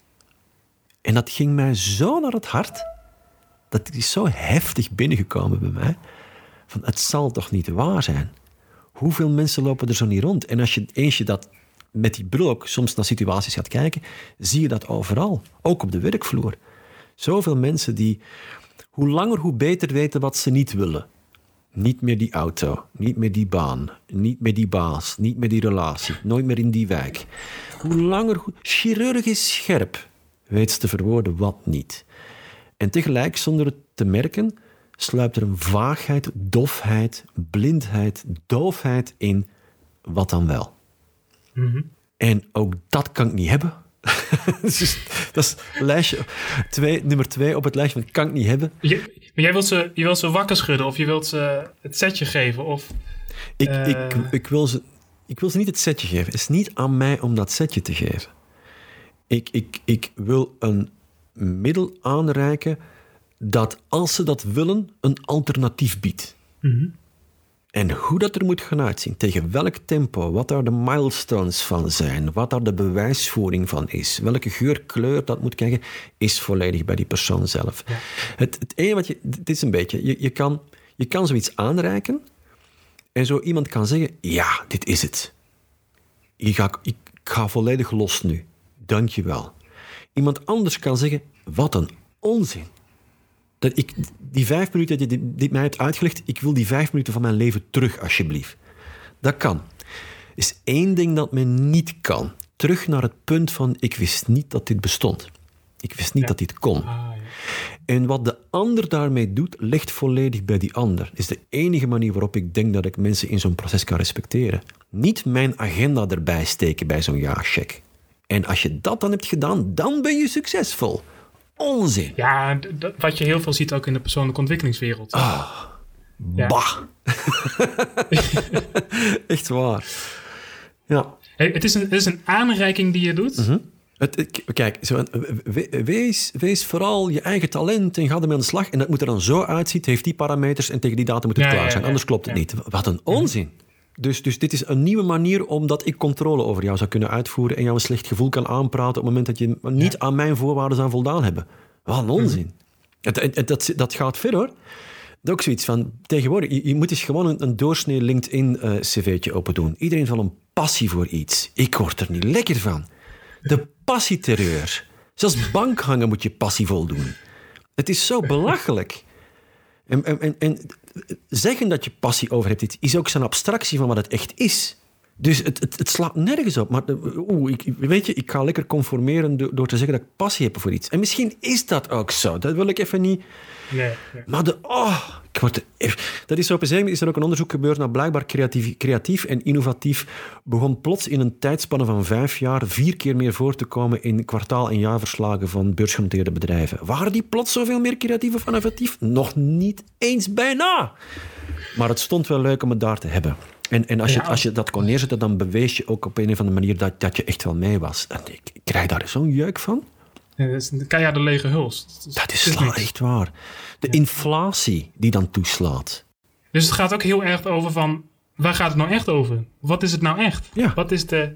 En dat ging mij zo naar het hart, dat is zo heftig binnengekomen bij mij, van het zal toch niet waar zijn? Hoeveel mensen lopen er zo niet rond? En als je eens je dat met die bril ook soms naar situaties gaat kijken, zie je dat overal, ook op de werkvloer. Zoveel mensen die hoe langer hoe beter weten wat ze niet willen. Niet meer die auto, niet meer die baan, niet meer die baas, niet meer die relatie, nooit meer in die wijk. Hoe langer, hoe chirurgisch scherp weet ze te verwoorden wat niet. En tegelijk, zonder het te merken, sluipt er een vaagheid, dofheid, blindheid, doofheid in wat dan wel. Mm-hmm. En ook dat kan ik niet hebben. Dus, dat is lijstje twee, nummer twee op het lijstje van kan ik niet hebben. Je, maar jij wilt ze, je wilt ze wakker schudden of je wilt ze het setje geven? Of, ik, uh... ik, ik, wil ze, ik wil ze niet het setje geven. Het is niet aan mij om dat setje te geven. Ik, ik, ik wil een middel aanreiken dat, als ze dat willen, een alternatief biedt. Mm-hmm. En hoe dat er moet gaan uitzien, tegen welk tempo, wat daar de milestones van zijn, wat daar de bewijsvoering van is, welke geur, kleur dat moet krijgen, is volledig bij die persoon zelf. Ja. Het, het ene wat je... Het is een beetje... Je, je, kan, je kan zoiets aanreiken en zo iemand kan zeggen, ja, dit is het. Ik ga, ik ga volledig los nu. Dank je wel. Iemand anders kan zeggen, wat een onzin. Dat ik, die vijf minuten dat je dit, dit mij hebt uitgelegd, ik wil die vijf minuten van mijn leven terug, alsjeblieft. Dat kan. Er is één ding dat men niet kan. Terug naar het punt van, ik wist niet dat dit bestond. Ik wist niet ja. dat dit kon. Ah, ja. En wat de ander daarmee doet, ligt volledig bij die ander. Dat is de enige manier waarop ik denk dat ik mensen in zo'n proces kan respecteren. Niet mijn agenda erbij steken bij zo'n ja-check. En als je dat dan hebt gedaan, dan ben je succesvol. Onzin. Ja, d- d- wat je heel veel ziet ook in de persoonlijke ontwikkelingswereld. Ah, ja. Bah. Echt waar. Ja. Hey, het, is een, het is een aanreiking die je doet. Mm-hmm. Het, kijk, zo, wees, wees vooral je eigen talent en ga ermee aan de slag. En dat moet er dan zo uitzien, heeft die parameters en tegen die datum moet het ja, klaar zijn. Ja, ja, Anders klopt het ja. niet. Wat een onzin. Dus, dus dit is een nieuwe manier omdat ik controle over jou zou kunnen uitvoeren en jou een slecht gevoel kan aanpraten op het moment dat je niet ja. aan mijn voorwaarden zou voldaan hebben. Wat een onzin. Mm-hmm. Het, het, dat, dat gaat ver, hoor. Dat is ook zoiets van, tegenwoordig, je, je moet eens gewoon een, een doorsnee LinkedIn-cv'tje uh, open doen. Iedereen heeft wel een passie voor iets. Ik word er niet lekker van. De passieterreur. Zelfs bankhangen moet je passievol doen. Het is zo belachelijk. En, en, en, en zeggen dat je passie over hebt, is ook zo'n abstractie van wat het echt is. Dus het, het, het slaat nergens op. Maar oeh, ik, weet je, ik ga lekker conformeren door, door te zeggen dat ik passie heb voor iets. En misschien is dat ook zo. Dat wil ik even niet... Nee, nee. Maar de... Oh, ik word er, dat is zo op een gegeven moment is er ook een onderzoek gebeurd naar blijkbaar creatief, creatief en innovatief begon plots in een tijdspanne van vijf jaar vier keer meer voor te komen in kwartaal- en jaarverslagen van beursgenoteerde bedrijven. Waren die plots zoveel meer creatief of innovatief? Nog niet eens bijna. Maar het stond wel leuk om het daar te hebben. En, en als, je, ja. als je dat kon neerzetten, dan bewees je ook op een of andere manier dat, dat je echt wel mee was. En ik, ik krijg daar zo'n jeuk van. Ja, dat is een keiharde lege huls. Dat is, dat is, is sla, echt waar. De ja. inflatie die dan toeslaat. Dus het gaat ook heel erg over van... waar gaat het nou echt over? Wat is het nou echt? Ja. Wat is de...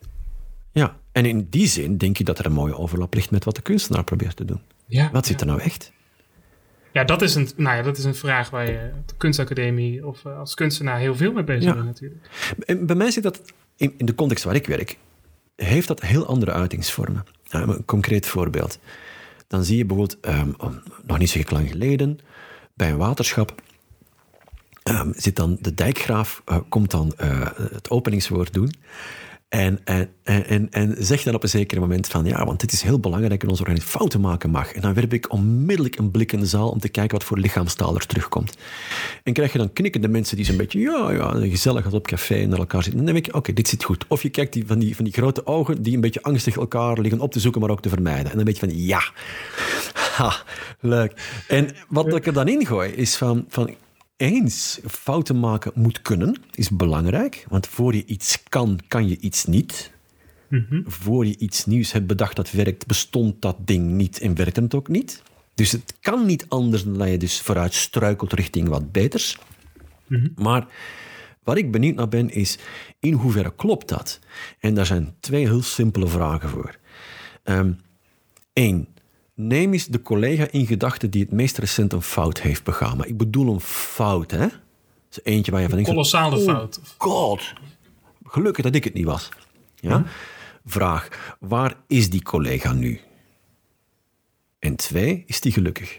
Ja, en in die zin denk je dat er een mooie overlap ligt met wat de kunstenaar probeert te doen. Ja, wat zit ja. er nou echt? Ja, dat is, een, nou ja, dat is een vraag waar je de kunstacademie of als kunstenaar heel veel mee bezig ja. bent natuurlijk. En bij mij zit dat, in, in de context waar ik werk, heeft dat heel andere uitingsvormen. Nou, een concreet voorbeeld. Dan zie je bijvoorbeeld, um, nog niet zo lang geleden, bij een waterschap, um, zit dan de dijkgraaf, uh, komt dan uh, het openingswoord doen. En, en, en, en zeg dan op een zeker moment van, ja, want dit is heel belangrijk in onze organisatie, fouten maken mag. En dan werp ik onmiddellijk een blik in de zaal om te kijken wat voor lichaamstaal er terugkomt. En krijg je dan knikkende mensen die zo'n beetje, ja, ja, gezellig als op café naar elkaar zitten. Dan denk ik, oké, okay, dit zit goed. Of je kijkt die, van, die, van die grote ogen die een beetje angstig elkaar liggen op te zoeken, maar ook te vermijden. En dan weet je van, ja, ha, leuk. En wat ik er dan in gooi, is van... van eens, fouten maken moet kunnen, is belangrijk. Want voor je iets kan, kan je iets niet. Mm-hmm. Voor je iets nieuws hebt bedacht dat werkt, bestond dat ding niet en werkt het ook niet. Dus het kan niet anders dan dat je dus vooruit struikelt richting wat beters. Mm-hmm. Maar waar ik benieuwd naar ben, is in hoeverre klopt dat? En daar zijn twee heel simpele vragen voor. Um, Eén. Neem eens de collega in gedachten die het meest recent een fout heeft begaan. Maar ik bedoel een fout, hè? Dus eentje waar je van denkt... Een kolossale oh, fout. God, gelukkig dat ik het niet was. Ja? Hm. Vraag, waar is die collega nu? En twee, is die gelukkig?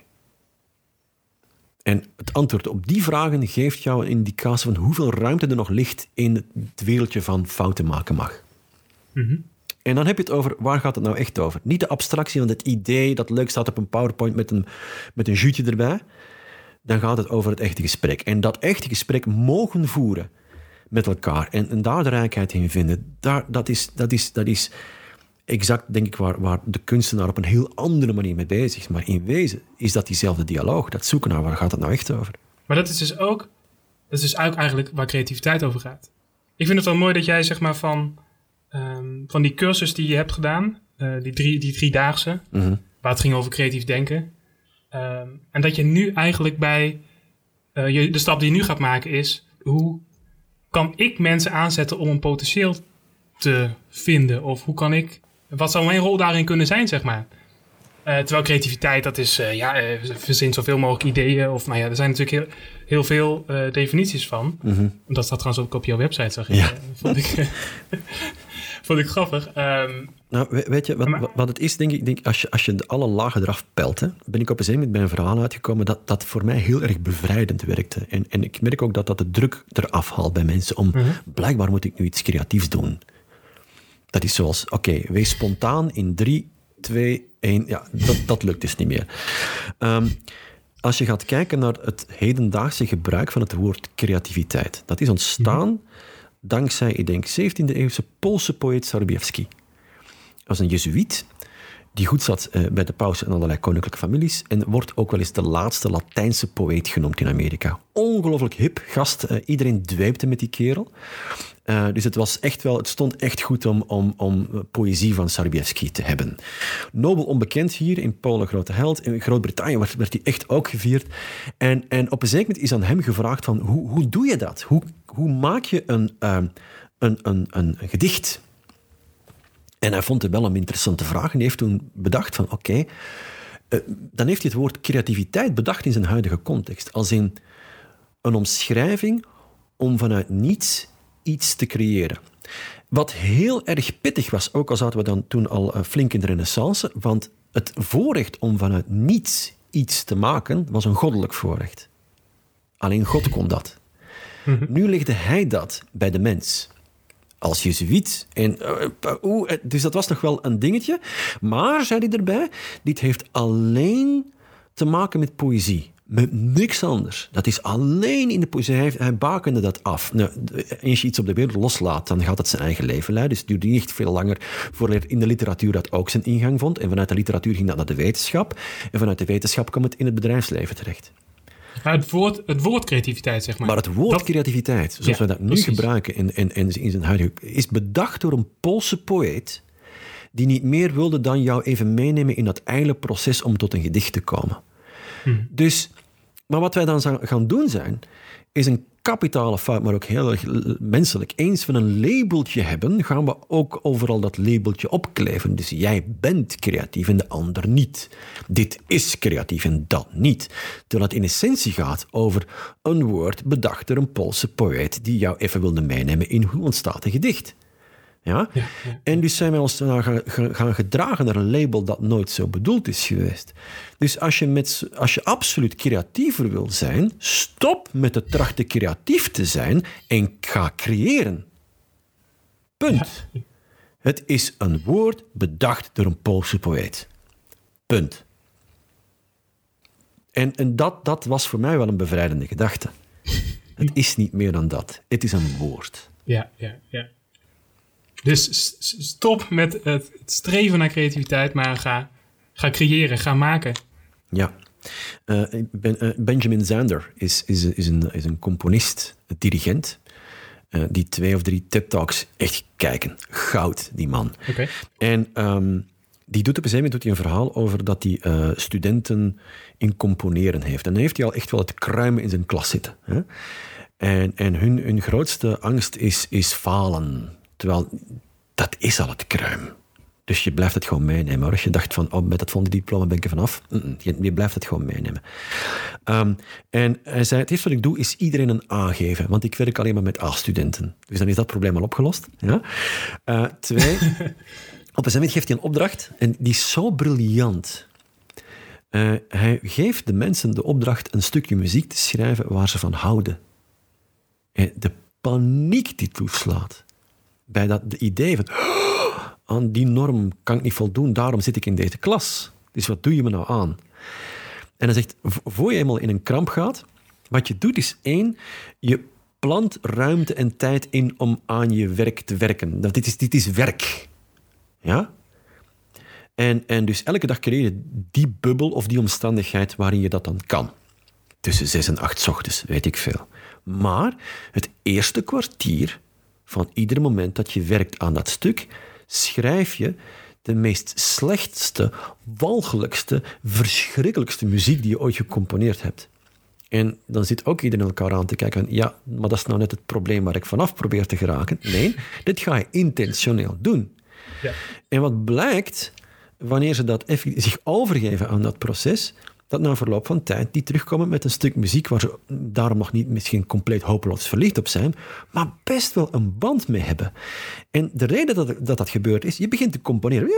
En het antwoord op die vragen geeft jou een indicatie van hoeveel ruimte er nog ligt in het wereldje van fouten maken mag. Mm-hmm. En dan heb je het over, waar gaat het nou echt over? Niet de abstractie van het idee dat leuk staat op een PowerPoint met een, met een jutje erbij. Dan gaat het over het echte gesprek. En dat echte gesprek mogen voeren met elkaar. En, en daar de rijkheid in vinden. Daar, dat, is, dat, is, dat is exact, denk ik, waar, waar de kunstenaar op een heel andere manier mee bezig is. Maar in wezen is dat diezelfde dialoog. Dat zoeken naar, waar gaat het nou echt over? Maar dat is dus ook, dat is dus ook eigenlijk waar creativiteit over gaat. Ik vind het wel mooi dat jij, zeg maar, van... Um, van die cursus die je hebt gedaan, uh, die, drie, die driedaagse, mm-hmm. waar het ging over creatief denken. Um, en dat je nu eigenlijk bij uh, je, de stap die je nu gaat maken is, hoe kan ik mensen aanzetten om een potentieel te vinden? Of hoe kan ik, wat zou mijn rol daarin kunnen zijn, zeg maar? Uh, terwijl creativiteit, dat is, uh, ja, uh, verzin zoveel mogelijk ideeën. Of nou ja, er zijn natuurlijk heel, heel veel uh, definities van. Mm-hmm. Dat staat trouwens ook op jouw website, zag ik. Ja. Uh, vond ik... Uh, Vond ik grappig. Um, nou, weet je, wat, maar, wat het is, denk ik, denk, als je, als je de alle lagen eraf pelt, hè, ben ik op een gegeven moment bij een verhaal uitgekomen dat dat voor mij heel erg bevrijdend werkte. En, en ik merk ook dat dat de druk eraf haalt bij mensen om, uh-huh. blijkbaar moet ik nu iets creatiefs doen. Dat is zoals, oké, okay, wees spontaan in drie, twee, één. Ja, dat, dat lukt dus niet meer. Um, als je gaat kijken naar het hedendaagse gebruik van het woord creativiteit, dat is ontstaan... Uh-huh. dankzij, ik denk, zeventiende-eeuwse Poolse poëet Sorbieski. Dat was een jezuïet die goed zat uh, bij de paus en allerlei koninklijke families en wordt ook wel eens de laatste Latijnse poëet genoemd in Amerika. Ongelooflijk hip gast. Uh, iedereen dweepte met die kerel. Uh, dus het was echt wel, het stond echt goed om, om, om poëzie van Sorbieski te hebben. Nobel onbekend hier, in Polen grote held. In Groot-Brittannië werd, werd hij echt ook gevierd. En, en op een zeker moment is aan hem gevraagd van, hoe, hoe doe je dat? Hoe, hoe maak je een, uh, een, een, een, een gedicht? En hij vond het wel een interessante vraag en hij heeft toen bedacht van, oké, okay, uh, dan heeft hij het woord creativiteit bedacht in zijn huidige context. Als in een omschrijving om vanuit niets iets te creëren. Wat heel erg pittig was, ook al zaten we dan toen al uh, flink in de renaissance, want het voorrecht om vanuit niets iets te maken was een goddelijk voorrecht. Alleen God kon dat. Mm-hmm. Nu legde hij dat bij de mens. Als jezuïet. En, uh, uh, dus dat was nog wel een dingetje. Maar, zei hij erbij, dit heeft alleen te maken met poëzie. Met niks anders. Dat is alleen in de poëzie. Hij, hij bakende dat af. Nou, als je iets op de wereld loslaat, dan gaat het zijn eigen leven leiden. Dus het duurde niet veel langer voordat in de literatuur dat ook zijn ingang vond. En vanuit de literatuur ging dat naar de wetenschap. En vanuit de wetenschap kwam het in het bedrijfsleven terecht. Maar het woord, het woord creativiteit, zeg maar. Maar het woord dat... creativiteit, zoals ja, wij dat nu precies. gebruiken in, in, in, in zijn huidige... is bedacht door een Poolse poëet die niet meer wilde dan jou even meenemen in dat ijle proces om tot een gedicht te komen. Hmm. Dus, maar wat wij dan gaan doen zijn, is een kapitale fout, maar ook heel erg menselijk. Eens we een labeltje hebben, gaan we ook overal dat labeltje opkleven. Dus jij bent creatief en de ander niet. Dit is creatief en dat niet. Terwijl het in essentie gaat over een woord bedacht door een Poolse poëet die jou even wilde meenemen in hoe ontstaat een gedicht. Ja? Ja, ja. En dus zijn wij ons gaan, gaan gedragen naar een label dat nooit zo bedoeld is geweest. Dus als je, met, als je absoluut creatiever wil zijn, stop met het trachten creatief te zijn en ga creëren. Punt. Ja. Het is een woord bedacht door een Poolse poëet. Punt. En, en dat, dat was voor mij wel een bevrijdende gedachte. Het is niet meer dan dat. Het is een woord. Ja, ja, ja. Dus stop met het, het streven naar creativiteit, maar ga, ga creëren, ga maken. Ja. Uh, ben, uh, Benjamin Zander is, is, is, een, is een componist, een dirigent, uh, die twee of drie TED-talks echt kijken. Goud, die man. Okay. En um, die doet op een gegeven moment doet hij een verhaal over dat hij uh, studenten in componeren heeft. En dan heeft hij al echt wel het kruimen in zijn klas zitten. Hè? En, en hun, hun grootste angst is, is falen. Terwijl, dat is al het kruim. Dus je blijft het gewoon meenemen. Maar als je dacht van, oh, met dat volgende diploma ben ik er vanaf. Je, je blijft het gewoon meenemen. Um, en hij zei, het eerste wat ik doe, is iedereen een A geven. Want ik werk alleen maar met A-studenten. Dus dan is dat probleem al opgelost. Ja? Uh, twee, op een gegeven moment geeft hij een opdracht. En die is zo briljant. Uh, hij geeft de mensen de opdracht een stukje muziek te schrijven waar ze van houden. En de paniek die toeslaat. Bij dat de idee van... Oh, aan die norm kan ik niet voldoen, daarom zit ik in deze klas. Dus wat doe je me nou aan? En hij zegt, voor je eenmaal in een kramp gaat, wat je doet is één, je plant ruimte en tijd in om aan je werk te werken. Dit is, dit is werk. Ja? En, en dus elke dag creëer je die bubbel of die omstandigheid waarin je dat dan kan. Tussen zes en acht 's ochtends, weet ik veel. Maar het eerste kwartier van ieder moment dat je werkt aan dat stuk, schrijf je de meest slechtste, walgelijkste, verschrikkelijkste muziek die je ooit gecomponeerd hebt. En dan zit ook iedereen elkaar aan te kijken van, ja, maar dat is nou net het probleem waar ik vanaf probeer te geraken. Nee, dit ga je intentioneel doen. Ja. En wat blijkt, wanneer ze dat even, zich overgeven aan dat proces, dat na verloop van tijd die terugkomen met een stuk muziek waar ze daarom nog niet misschien compleet hopeloos verliefd op zijn, maar best wel een band mee hebben. En de reden dat dat, dat gebeurt is, je begint te componeren.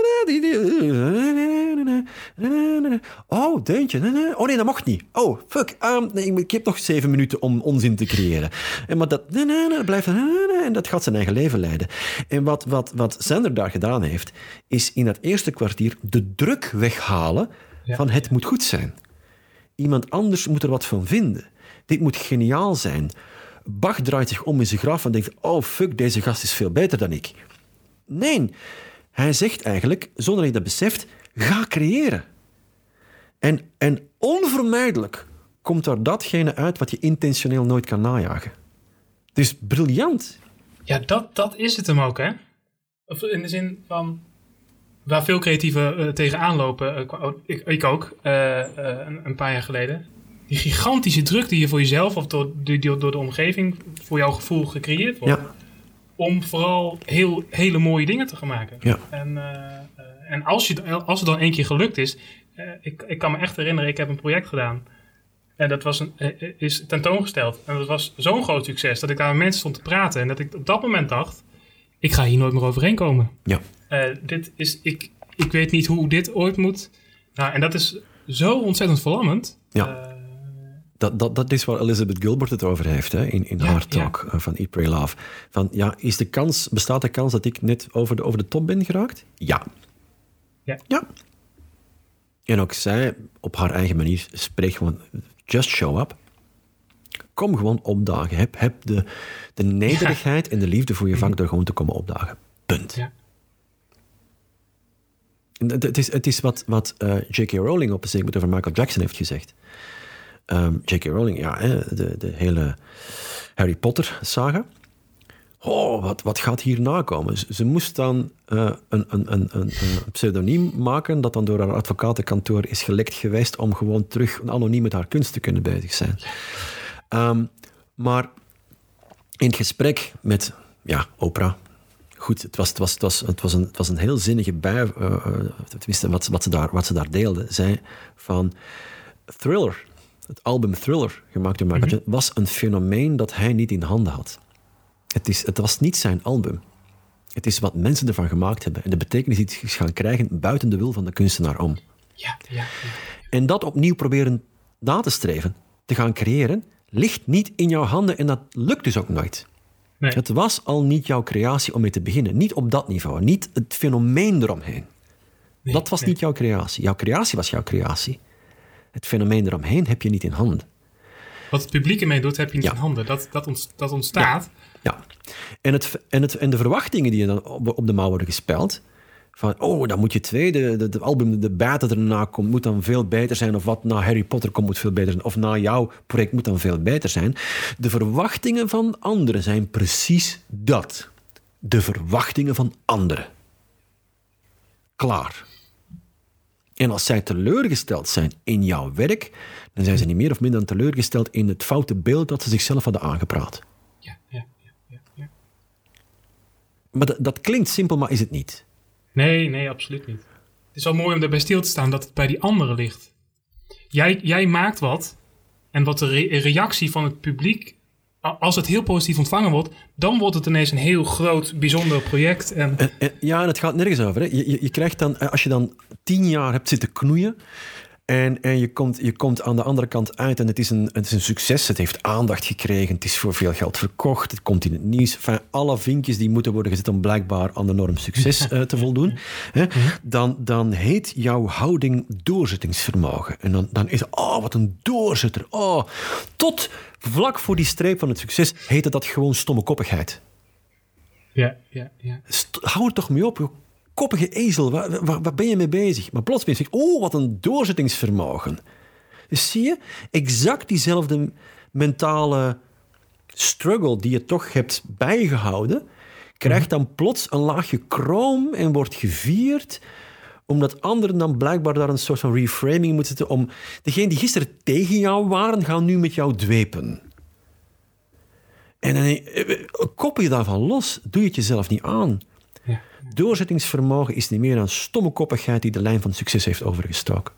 Oh, deuntje. Oh nee, dat mocht niet. Oh, fuck. Um, nee, ik heb nog zeven minuten om onzin te creëren. En maar dat blijft en dat gaat zijn eigen leven leiden. En wat, wat, wat Zander daar gedaan heeft, is in dat eerste kwartier de druk weghalen van het moet goed zijn. Iemand anders moet er wat van vinden. Dit moet geniaal zijn. Bach draait zich om in zijn graf en denkt, oh fuck, deze gast is veel beter dan ik. Nee, hij zegt eigenlijk, zonder dat je dat beseft, ga creëren. En, en onvermijdelijk komt er datgene uit wat je intentioneel nooit kan najagen. Dus briljant. Ja, dat, dat is het hem ook, hè? Of in de zin van... Waar veel creatieven uh, tegenaan lopen, uh, ik, ik ook, uh, uh, een, een paar jaar geleden. Die gigantische druk die je voor jezelf of door, die, door de omgeving voor jouw gevoel gecreëerd wordt. Ja. Om vooral heel, hele mooie dingen te gaan maken. Ja. En, uh, uh, en als, je, als het dan één keer gelukt is, uh, ik, ik kan me echt herinneren, ik heb een project gedaan. En dat was een, uh, is tentoongesteld. En dat was zo'n groot succes dat ik daar met mensen stond te praten. En dat ik op dat moment dacht, ik ga hier nooit meer overheen komen. Ja. Uh, dit is, ik, ik weet niet hoe dit ooit moet. Nou, en dat is zo ontzettend verlammend. Ja. Uh, dat, dat, dat is waar Elizabeth Gilbert het over heeft, hè, in, in ja, haar talk ja. uh, van Eat, Pray, Love. Van, ja, is de kans, bestaat de kans dat ik net over de, over de top ben geraakt? Ja. Ja. Ja. En ook zij, op haar eigen manier, spreekt gewoon, just show up. Kom gewoon opdagen. Heb, heb de, de nederigheid ja. en de liefde voor je vak door gewoon te komen opdagen. Punt. Ja. Het is, het is wat, wat uh, J K. Rowling op een zeker moment over Michael Jackson heeft gezegd. Um, J K. Rowling, ja, hè, de, de hele Harry Potter-saga. Oh, wat, wat gaat hierna komen? Ze, ze moest dan uh, een, een, een, een, een pseudoniem maken dat dan door haar advocatenkantoor is gelekt geweest om gewoon terug anoniem met haar kunst te kunnen bezig zijn. Um, maar in het gesprek met ja, Oprah... Goed, het was, het, was, het, was, het, was een, het was een heel zinnige bui, uh, tenminste wat, wat, ze daar, wat ze daar deelde, zei van Thriller, het album Thriller, gemaakt door Michael Jackson, was een fenomeen dat hij niet in handen had. Het, is, het was niet zijn album. Het is wat mensen ervan gemaakt hebben en de betekenis die het is gaan krijgen buiten de wil van de kunstenaar om. Ja, ja, ja. En dat opnieuw proberen na te streven, te gaan creëren, ligt niet in jouw handen en dat lukt dus ook nooit. Nee. Het was al niet jouw creatie om mee te beginnen. Niet op dat niveau. Niet het fenomeen eromheen. Nee, dat was nee. niet jouw creatie. Jouw creatie was jouw creatie. Het fenomeen eromheen heb je niet in handen. Wat het publiek ermee doet, heb je niet Ja. in handen. Dat, dat, ont, dat ontstaat. Ja. En, het, en, het, en de verwachtingen die je dan op, op de mouw worden gespeld... Van, oh, dan moet je twee, de, de, de album, de beta dat erna komt, moet dan veel beter zijn. Of wat na Harry Potter komt, moet veel beter zijn. Of na jouw project moet dan veel beter zijn. De verwachtingen van anderen zijn precies dat. De verwachtingen van anderen. Klaar. En als zij teleurgesteld zijn in jouw werk, dan zijn ze niet meer of minder dan teleurgesteld in het foute beeld dat ze zichzelf hadden aangepraat. Ja, ja, ja, ja, ja. Maar dat, dat klinkt simpel, maar is het niet. Nee, nee, absoluut niet. Het is wel mooi om erbij stil te staan dat het bij die anderen ligt. Jij, jij maakt wat en wat de re- reactie van het publiek, a- als het heel positief ontvangen wordt, dan wordt het ineens een heel groot, bijzonder project. En... En, en, ja, en het gaat nergens over. Hè. Je, je, je krijgt dan, als je dan tien jaar hebt zitten knoeien en, en je, komt, je komt aan de andere kant uit en het is, een, het is een succes. Het heeft aandacht gekregen, het is voor veel geld verkocht, het komt in het nieuws. Enfin, alle vinkjes die moeten worden gezet om blijkbaar aan de norm succes uh, te voldoen. Hè. Dan, dan heet jouw houding doorzettingsvermogen. En dan, dan is het, oh, wat een doorzetter. Oh, tot vlak voor die streep van het succes heette dat gewoon stomme koppigheid. Ja, ja, ja. St- hou er toch mee op, joh. Koppige ezel, waar, waar, waar ben je mee bezig? Maar plots ben je, oh, wat een doorzettingsvermogen. Dus zie je, exact diezelfde mentale struggle die je toch hebt bijgehouden, krijgt dan plots een laagje kroon en wordt gevierd, omdat anderen dan blijkbaar daar een soort van reframing moeten zetten om... Degene die gisteren tegen jou waren, gaan nu met jou dwepen. En dan koppel je daarvan los, doe je het jezelf niet aan. Ja. Doorzettingsvermogen is niet meer dan stomme koppigheid die de lijn van succes heeft overgestoken.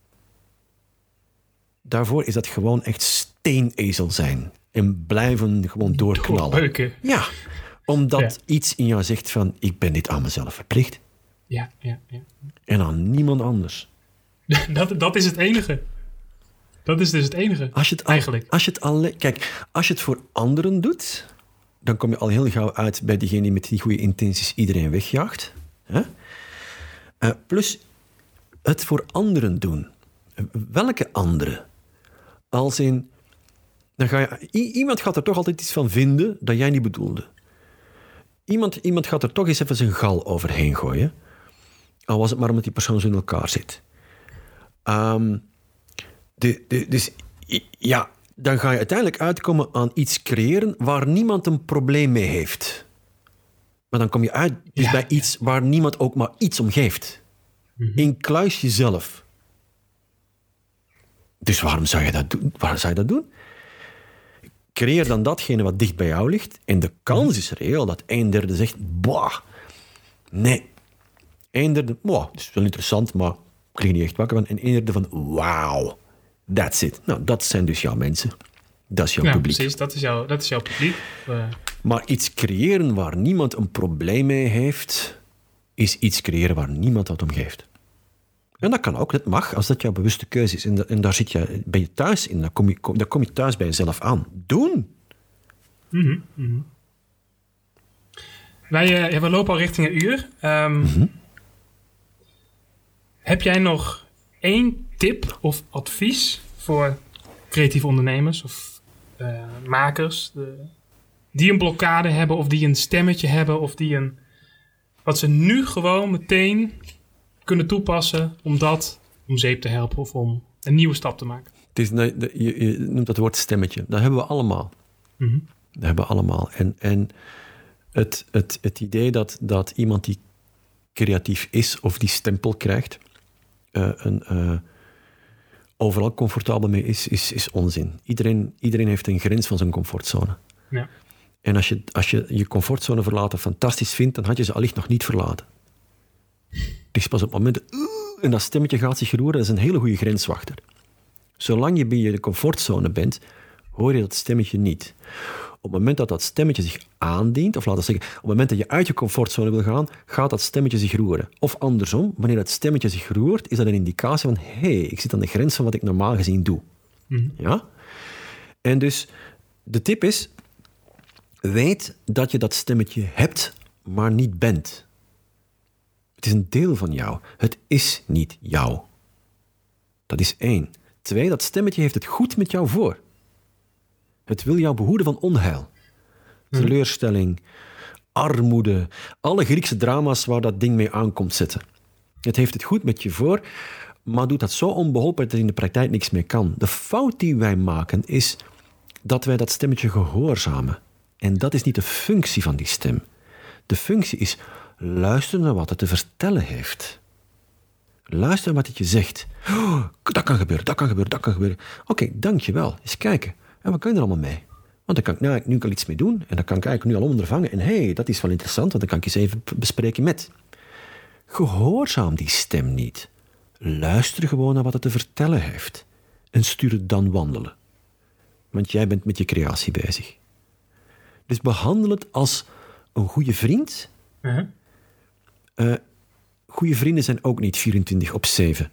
Daarvoor is dat gewoon echt steenezel zijn. En blijven gewoon doorknallen. Doorbeuken. Ja, omdat Ja. iets in jou zegt van, ik ben dit aan mezelf verplicht. Ja, ja, ja. En aan niemand anders. Dat, dat is het enige. Dat is dus het enige, Als je het, al- eigenlijk. Als je het alleen, kijk, als je het voor anderen doet, dan kom je al heel gauw uit bij diegene die met die goede intenties iedereen wegjaagt. Hè? Uh, plus, het voor anderen doen. Welke anderen? Als in, dan ga je, i- iemand gaat er toch altijd iets van vinden dat jij niet bedoelde. Iemand, iemand gaat er toch eens even zijn gal overheen gooien. Al was het maar omdat die persoon zo in elkaar zit. Um, de, de, dus i- ja, dan ga je uiteindelijk uitkomen aan iets creëren waar niemand een probleem mee heeft. Maar dan kom je uit dus Ja, bij ja. iets waar niemand ook maar iets om geeft. Mhm. Inkluis jezelf. Dus waarom zou je dat doen? Waarom zou je dat doen? Creëer dan datgene wat dicht bij jou ligt. En de kans is reëel dat een derde zegt... Bah, nee. Een derde... Wow, dat is wel interessant, maar ik lig niet echt wakker van. En een derde van... Wauw, that's it. Nou, dat zijn dus jouw mensen. Dat is jouw Ja, publiek. precies. Dat is, jouw, dat is jouw publiek. Uh, Maar iets creëren waar niemand een probleem mee heeft... is iets creëren waar niemand wat om geeft. En dat kan ook, dat mag, als dat jouw bewuste keuze is. En, da- en daar zit je, ben je thuis in. Dan kom je, kom, dan kom je thuis bij jezelf aan. Doen! mhm, mhm. Wij, uh, ja, we lopen al richting een uur. Um, Mhm. Heb jij nog één tip of advies voor creatieve ondernemers of uh, makers de, die een blokkade hebben of die een stemmetje hebben of die een... wat ze nu gewoon meteen kunnen toepassen om dat om zeep te helpen of om een nieuwe stap te maken? Het is, nee, de- je, je noemt dat woord stemmetje. Dat hebben we allemaal. Mhm. Dat hebben we allemaal. En, en het, het, het idee dat, dat iemand die creatief is of die stempel krijgt, uh, een, uh, overal comfortabel mee is, is, is onzin. Iedereen, iedereen heeft een grens van zijn comfortzone. Ja. En als je, als je je comfortzone verlaten fantastisch vindt, dan had je ze allicht nog niet verlaten. Het is pas op het moment dat, uh, en dat stemmetje gaat zich roeren, dat is een hele goede grenswachter. Zolang je binnen je comfortzone bent, hoor je dat stemmetje niet. Op het moment dat dat stemmetje zich aandient, of laten we zeggen, op het moment dat je uit je comfortzone wil gaan, gaat dat stemmetje zich roeren. Of andersom, wanneer dat stemmetje zich roert, is dat een indicatie van, hé, hey, ik zit aan de grens van wat ik normaal gezien doe. Mhm. Ja? En dus, de tip is, Weet dat je dat stemmetje hebt, maar niet bent. Het is een deel van jou. Het is niet jou. Dat is één. Twee, dat stemmetje heeft het goed met jou voor. Het wil jou behoeden van onheil. Teleurstelling, armoede, alle Griekse drama's waar dat ding mee aankomt zitten. Het heeft het goed met je voor, maar doet dat zo onbeholpen dat er in de praktijk niks mee kan. De fout die wij maken is dat wij dat stemmetje gehoorzamen. En dat is niet de functie van die stem. De functie is luisteren naar wat het te vertellen heeft. Luister wat het je zegt. Oh, dat kan gebeuren, dat kan gebeuren, dat kan gebeuren. Oké, okay, dankjewel. Eens kijken. En wat kan je er allemaal mee? Want dan kan ik nou, nu al iets mee doen. En dan kan ik eigenlijk nu al ondervangen. En hé, hey, dat is wel interessant, want dan kan ik eens even bespreken met. Gehoorzaam die stem niet. Luister gewoon naar wat het te vertellen heeft. En stuur het dan wandelen. Want jij bent met je creatie bezig. Dus behandel het als een goede vriend. Uh-huh. Uh, goede vrienden zijn ook niet vierentwintig op zeven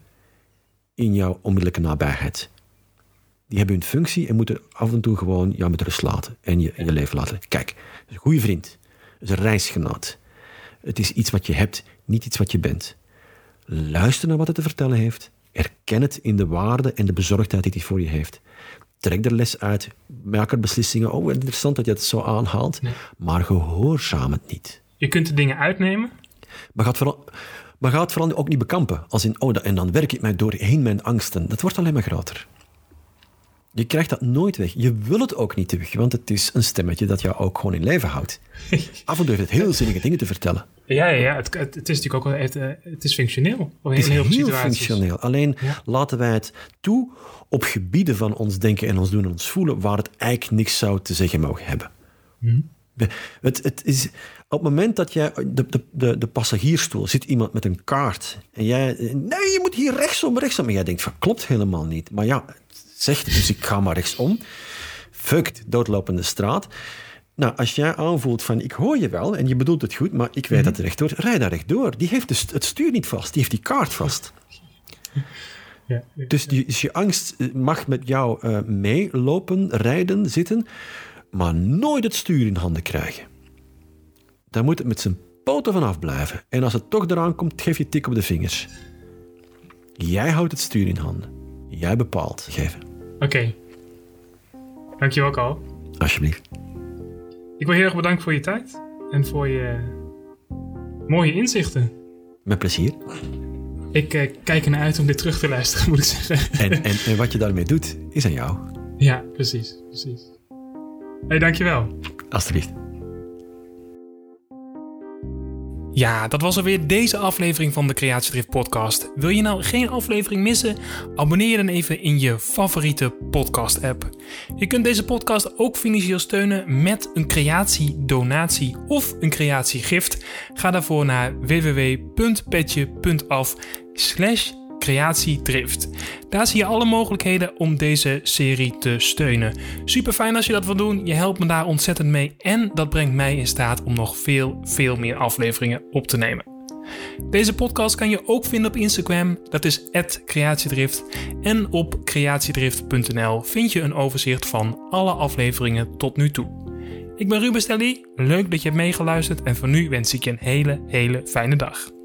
in jouw onmiddellijke nabijheid. Die hebben hun functie en moeten af en toe gewoon jou met rust laten en je, en je leven laten. Kijk, een goede vriend, is een reisgenoot. Het is iets wat je hebt, niet iets wat je bent. Luister naar wat het te vertellen heeft. Erken het in de waarde en de bezorgdheid die het voor je heeft. Trek er les uit. Maak er beslissingen. Oh, interessant dat je het zo aanhaalt. Nee. Maar gehoorzaam het niet. Je kunt de dingen uitnemen. Maar gaat vooral, maar gaat vooral ook niet bekampen. Als in, oh, en dan werk ik mij doorheen mijn angsten. Dat wordt alleen maar groter. Je krijgt dat nooit weg. Je wil het ook niet weg, want het is een stemmetje dat jou ook gewoon in leven houdt. Af en toe heeft het heel zinnige dingen te vertellen. Ja, ja, ja. Het, het, het is natuurlijk ook wel, het, het is functioneel. Het is heel, heel functioneel. Alleen ja. laten wij het toe op gebieden van ons denken en ons doen en ons voelen waar het eigenlijk niks zou te zeggen mogen hebben. Hmm. Het, het is, op het moment dat jij de, de, de, de passagiersstoel zit iemand met een kaart en jij, nee, je moet hier rechtsom, rechtsom. En jij denkt van, klopt helemaal niet. Maar ja, zegt, dus ik ga maar rechtsom. Fuck, doodlopende straat. Nou, als jij aanvoelt van, ik hoor je wel en je bedoelt het goed, maar ik weet mm-hmm. dat het rechtdoor, rij daar rechtdoor. Die heeft dus het stuur niet vast, die heeft die kaart vast. Ja, ja, dus, die, dus je angst mag met jou uh, meelopen, rijden, zitten, maar nooit het stuur in handen krijgen. Daar moet het met zijn poten vanaf blijven. En als het toch eraan komt, geef je tik op de vingers. Jij houdt het stuur in handen. Jij bepaalt, geven. Oké. Okay. Dankjewel, Carl. Alsjeblieft. Ik wil heel erg bedanken voor je tijd en voor je mooie inzichten. Met plezier. Ik uh, kijk ernaar uit om dit terug te luisteren, moet ik zeggen. En, en, en wat je daarmee doet, is aan jou. Ja, precies. precies. Hey, dankjewel. Alsjeblieft. Ja, dat was alweer deze aflevering van de Creatiedrift podcast. Wil je nou geen aflevering missen? Abonneer je dan even in je favoriete podcast app. Je kunt deze podcast ook financieel steunen met een creatiedonatie of een creatiegift. Ga daarvoor naar www.petje.af slash creatiedrift. Daar zie je alle mogelijkheden om deze serie te steunen. Super fijn als je dat wilt doen. Je helpt me daar ontzettend mee en dat brengt mij in staat om nog veel, veel meer afleveringen op te nemen. Deze podcast kan je ook vinden op Instagram. Dat is at creatiedrift. En op creatiedrift punt n l vind je een overzicht van alle afleveringen tot nu toe. Ik ben Ruben Stelly. Leuk dat je hebt meegeluisterd en voor nu wens ik je een hele, hele fijne dag.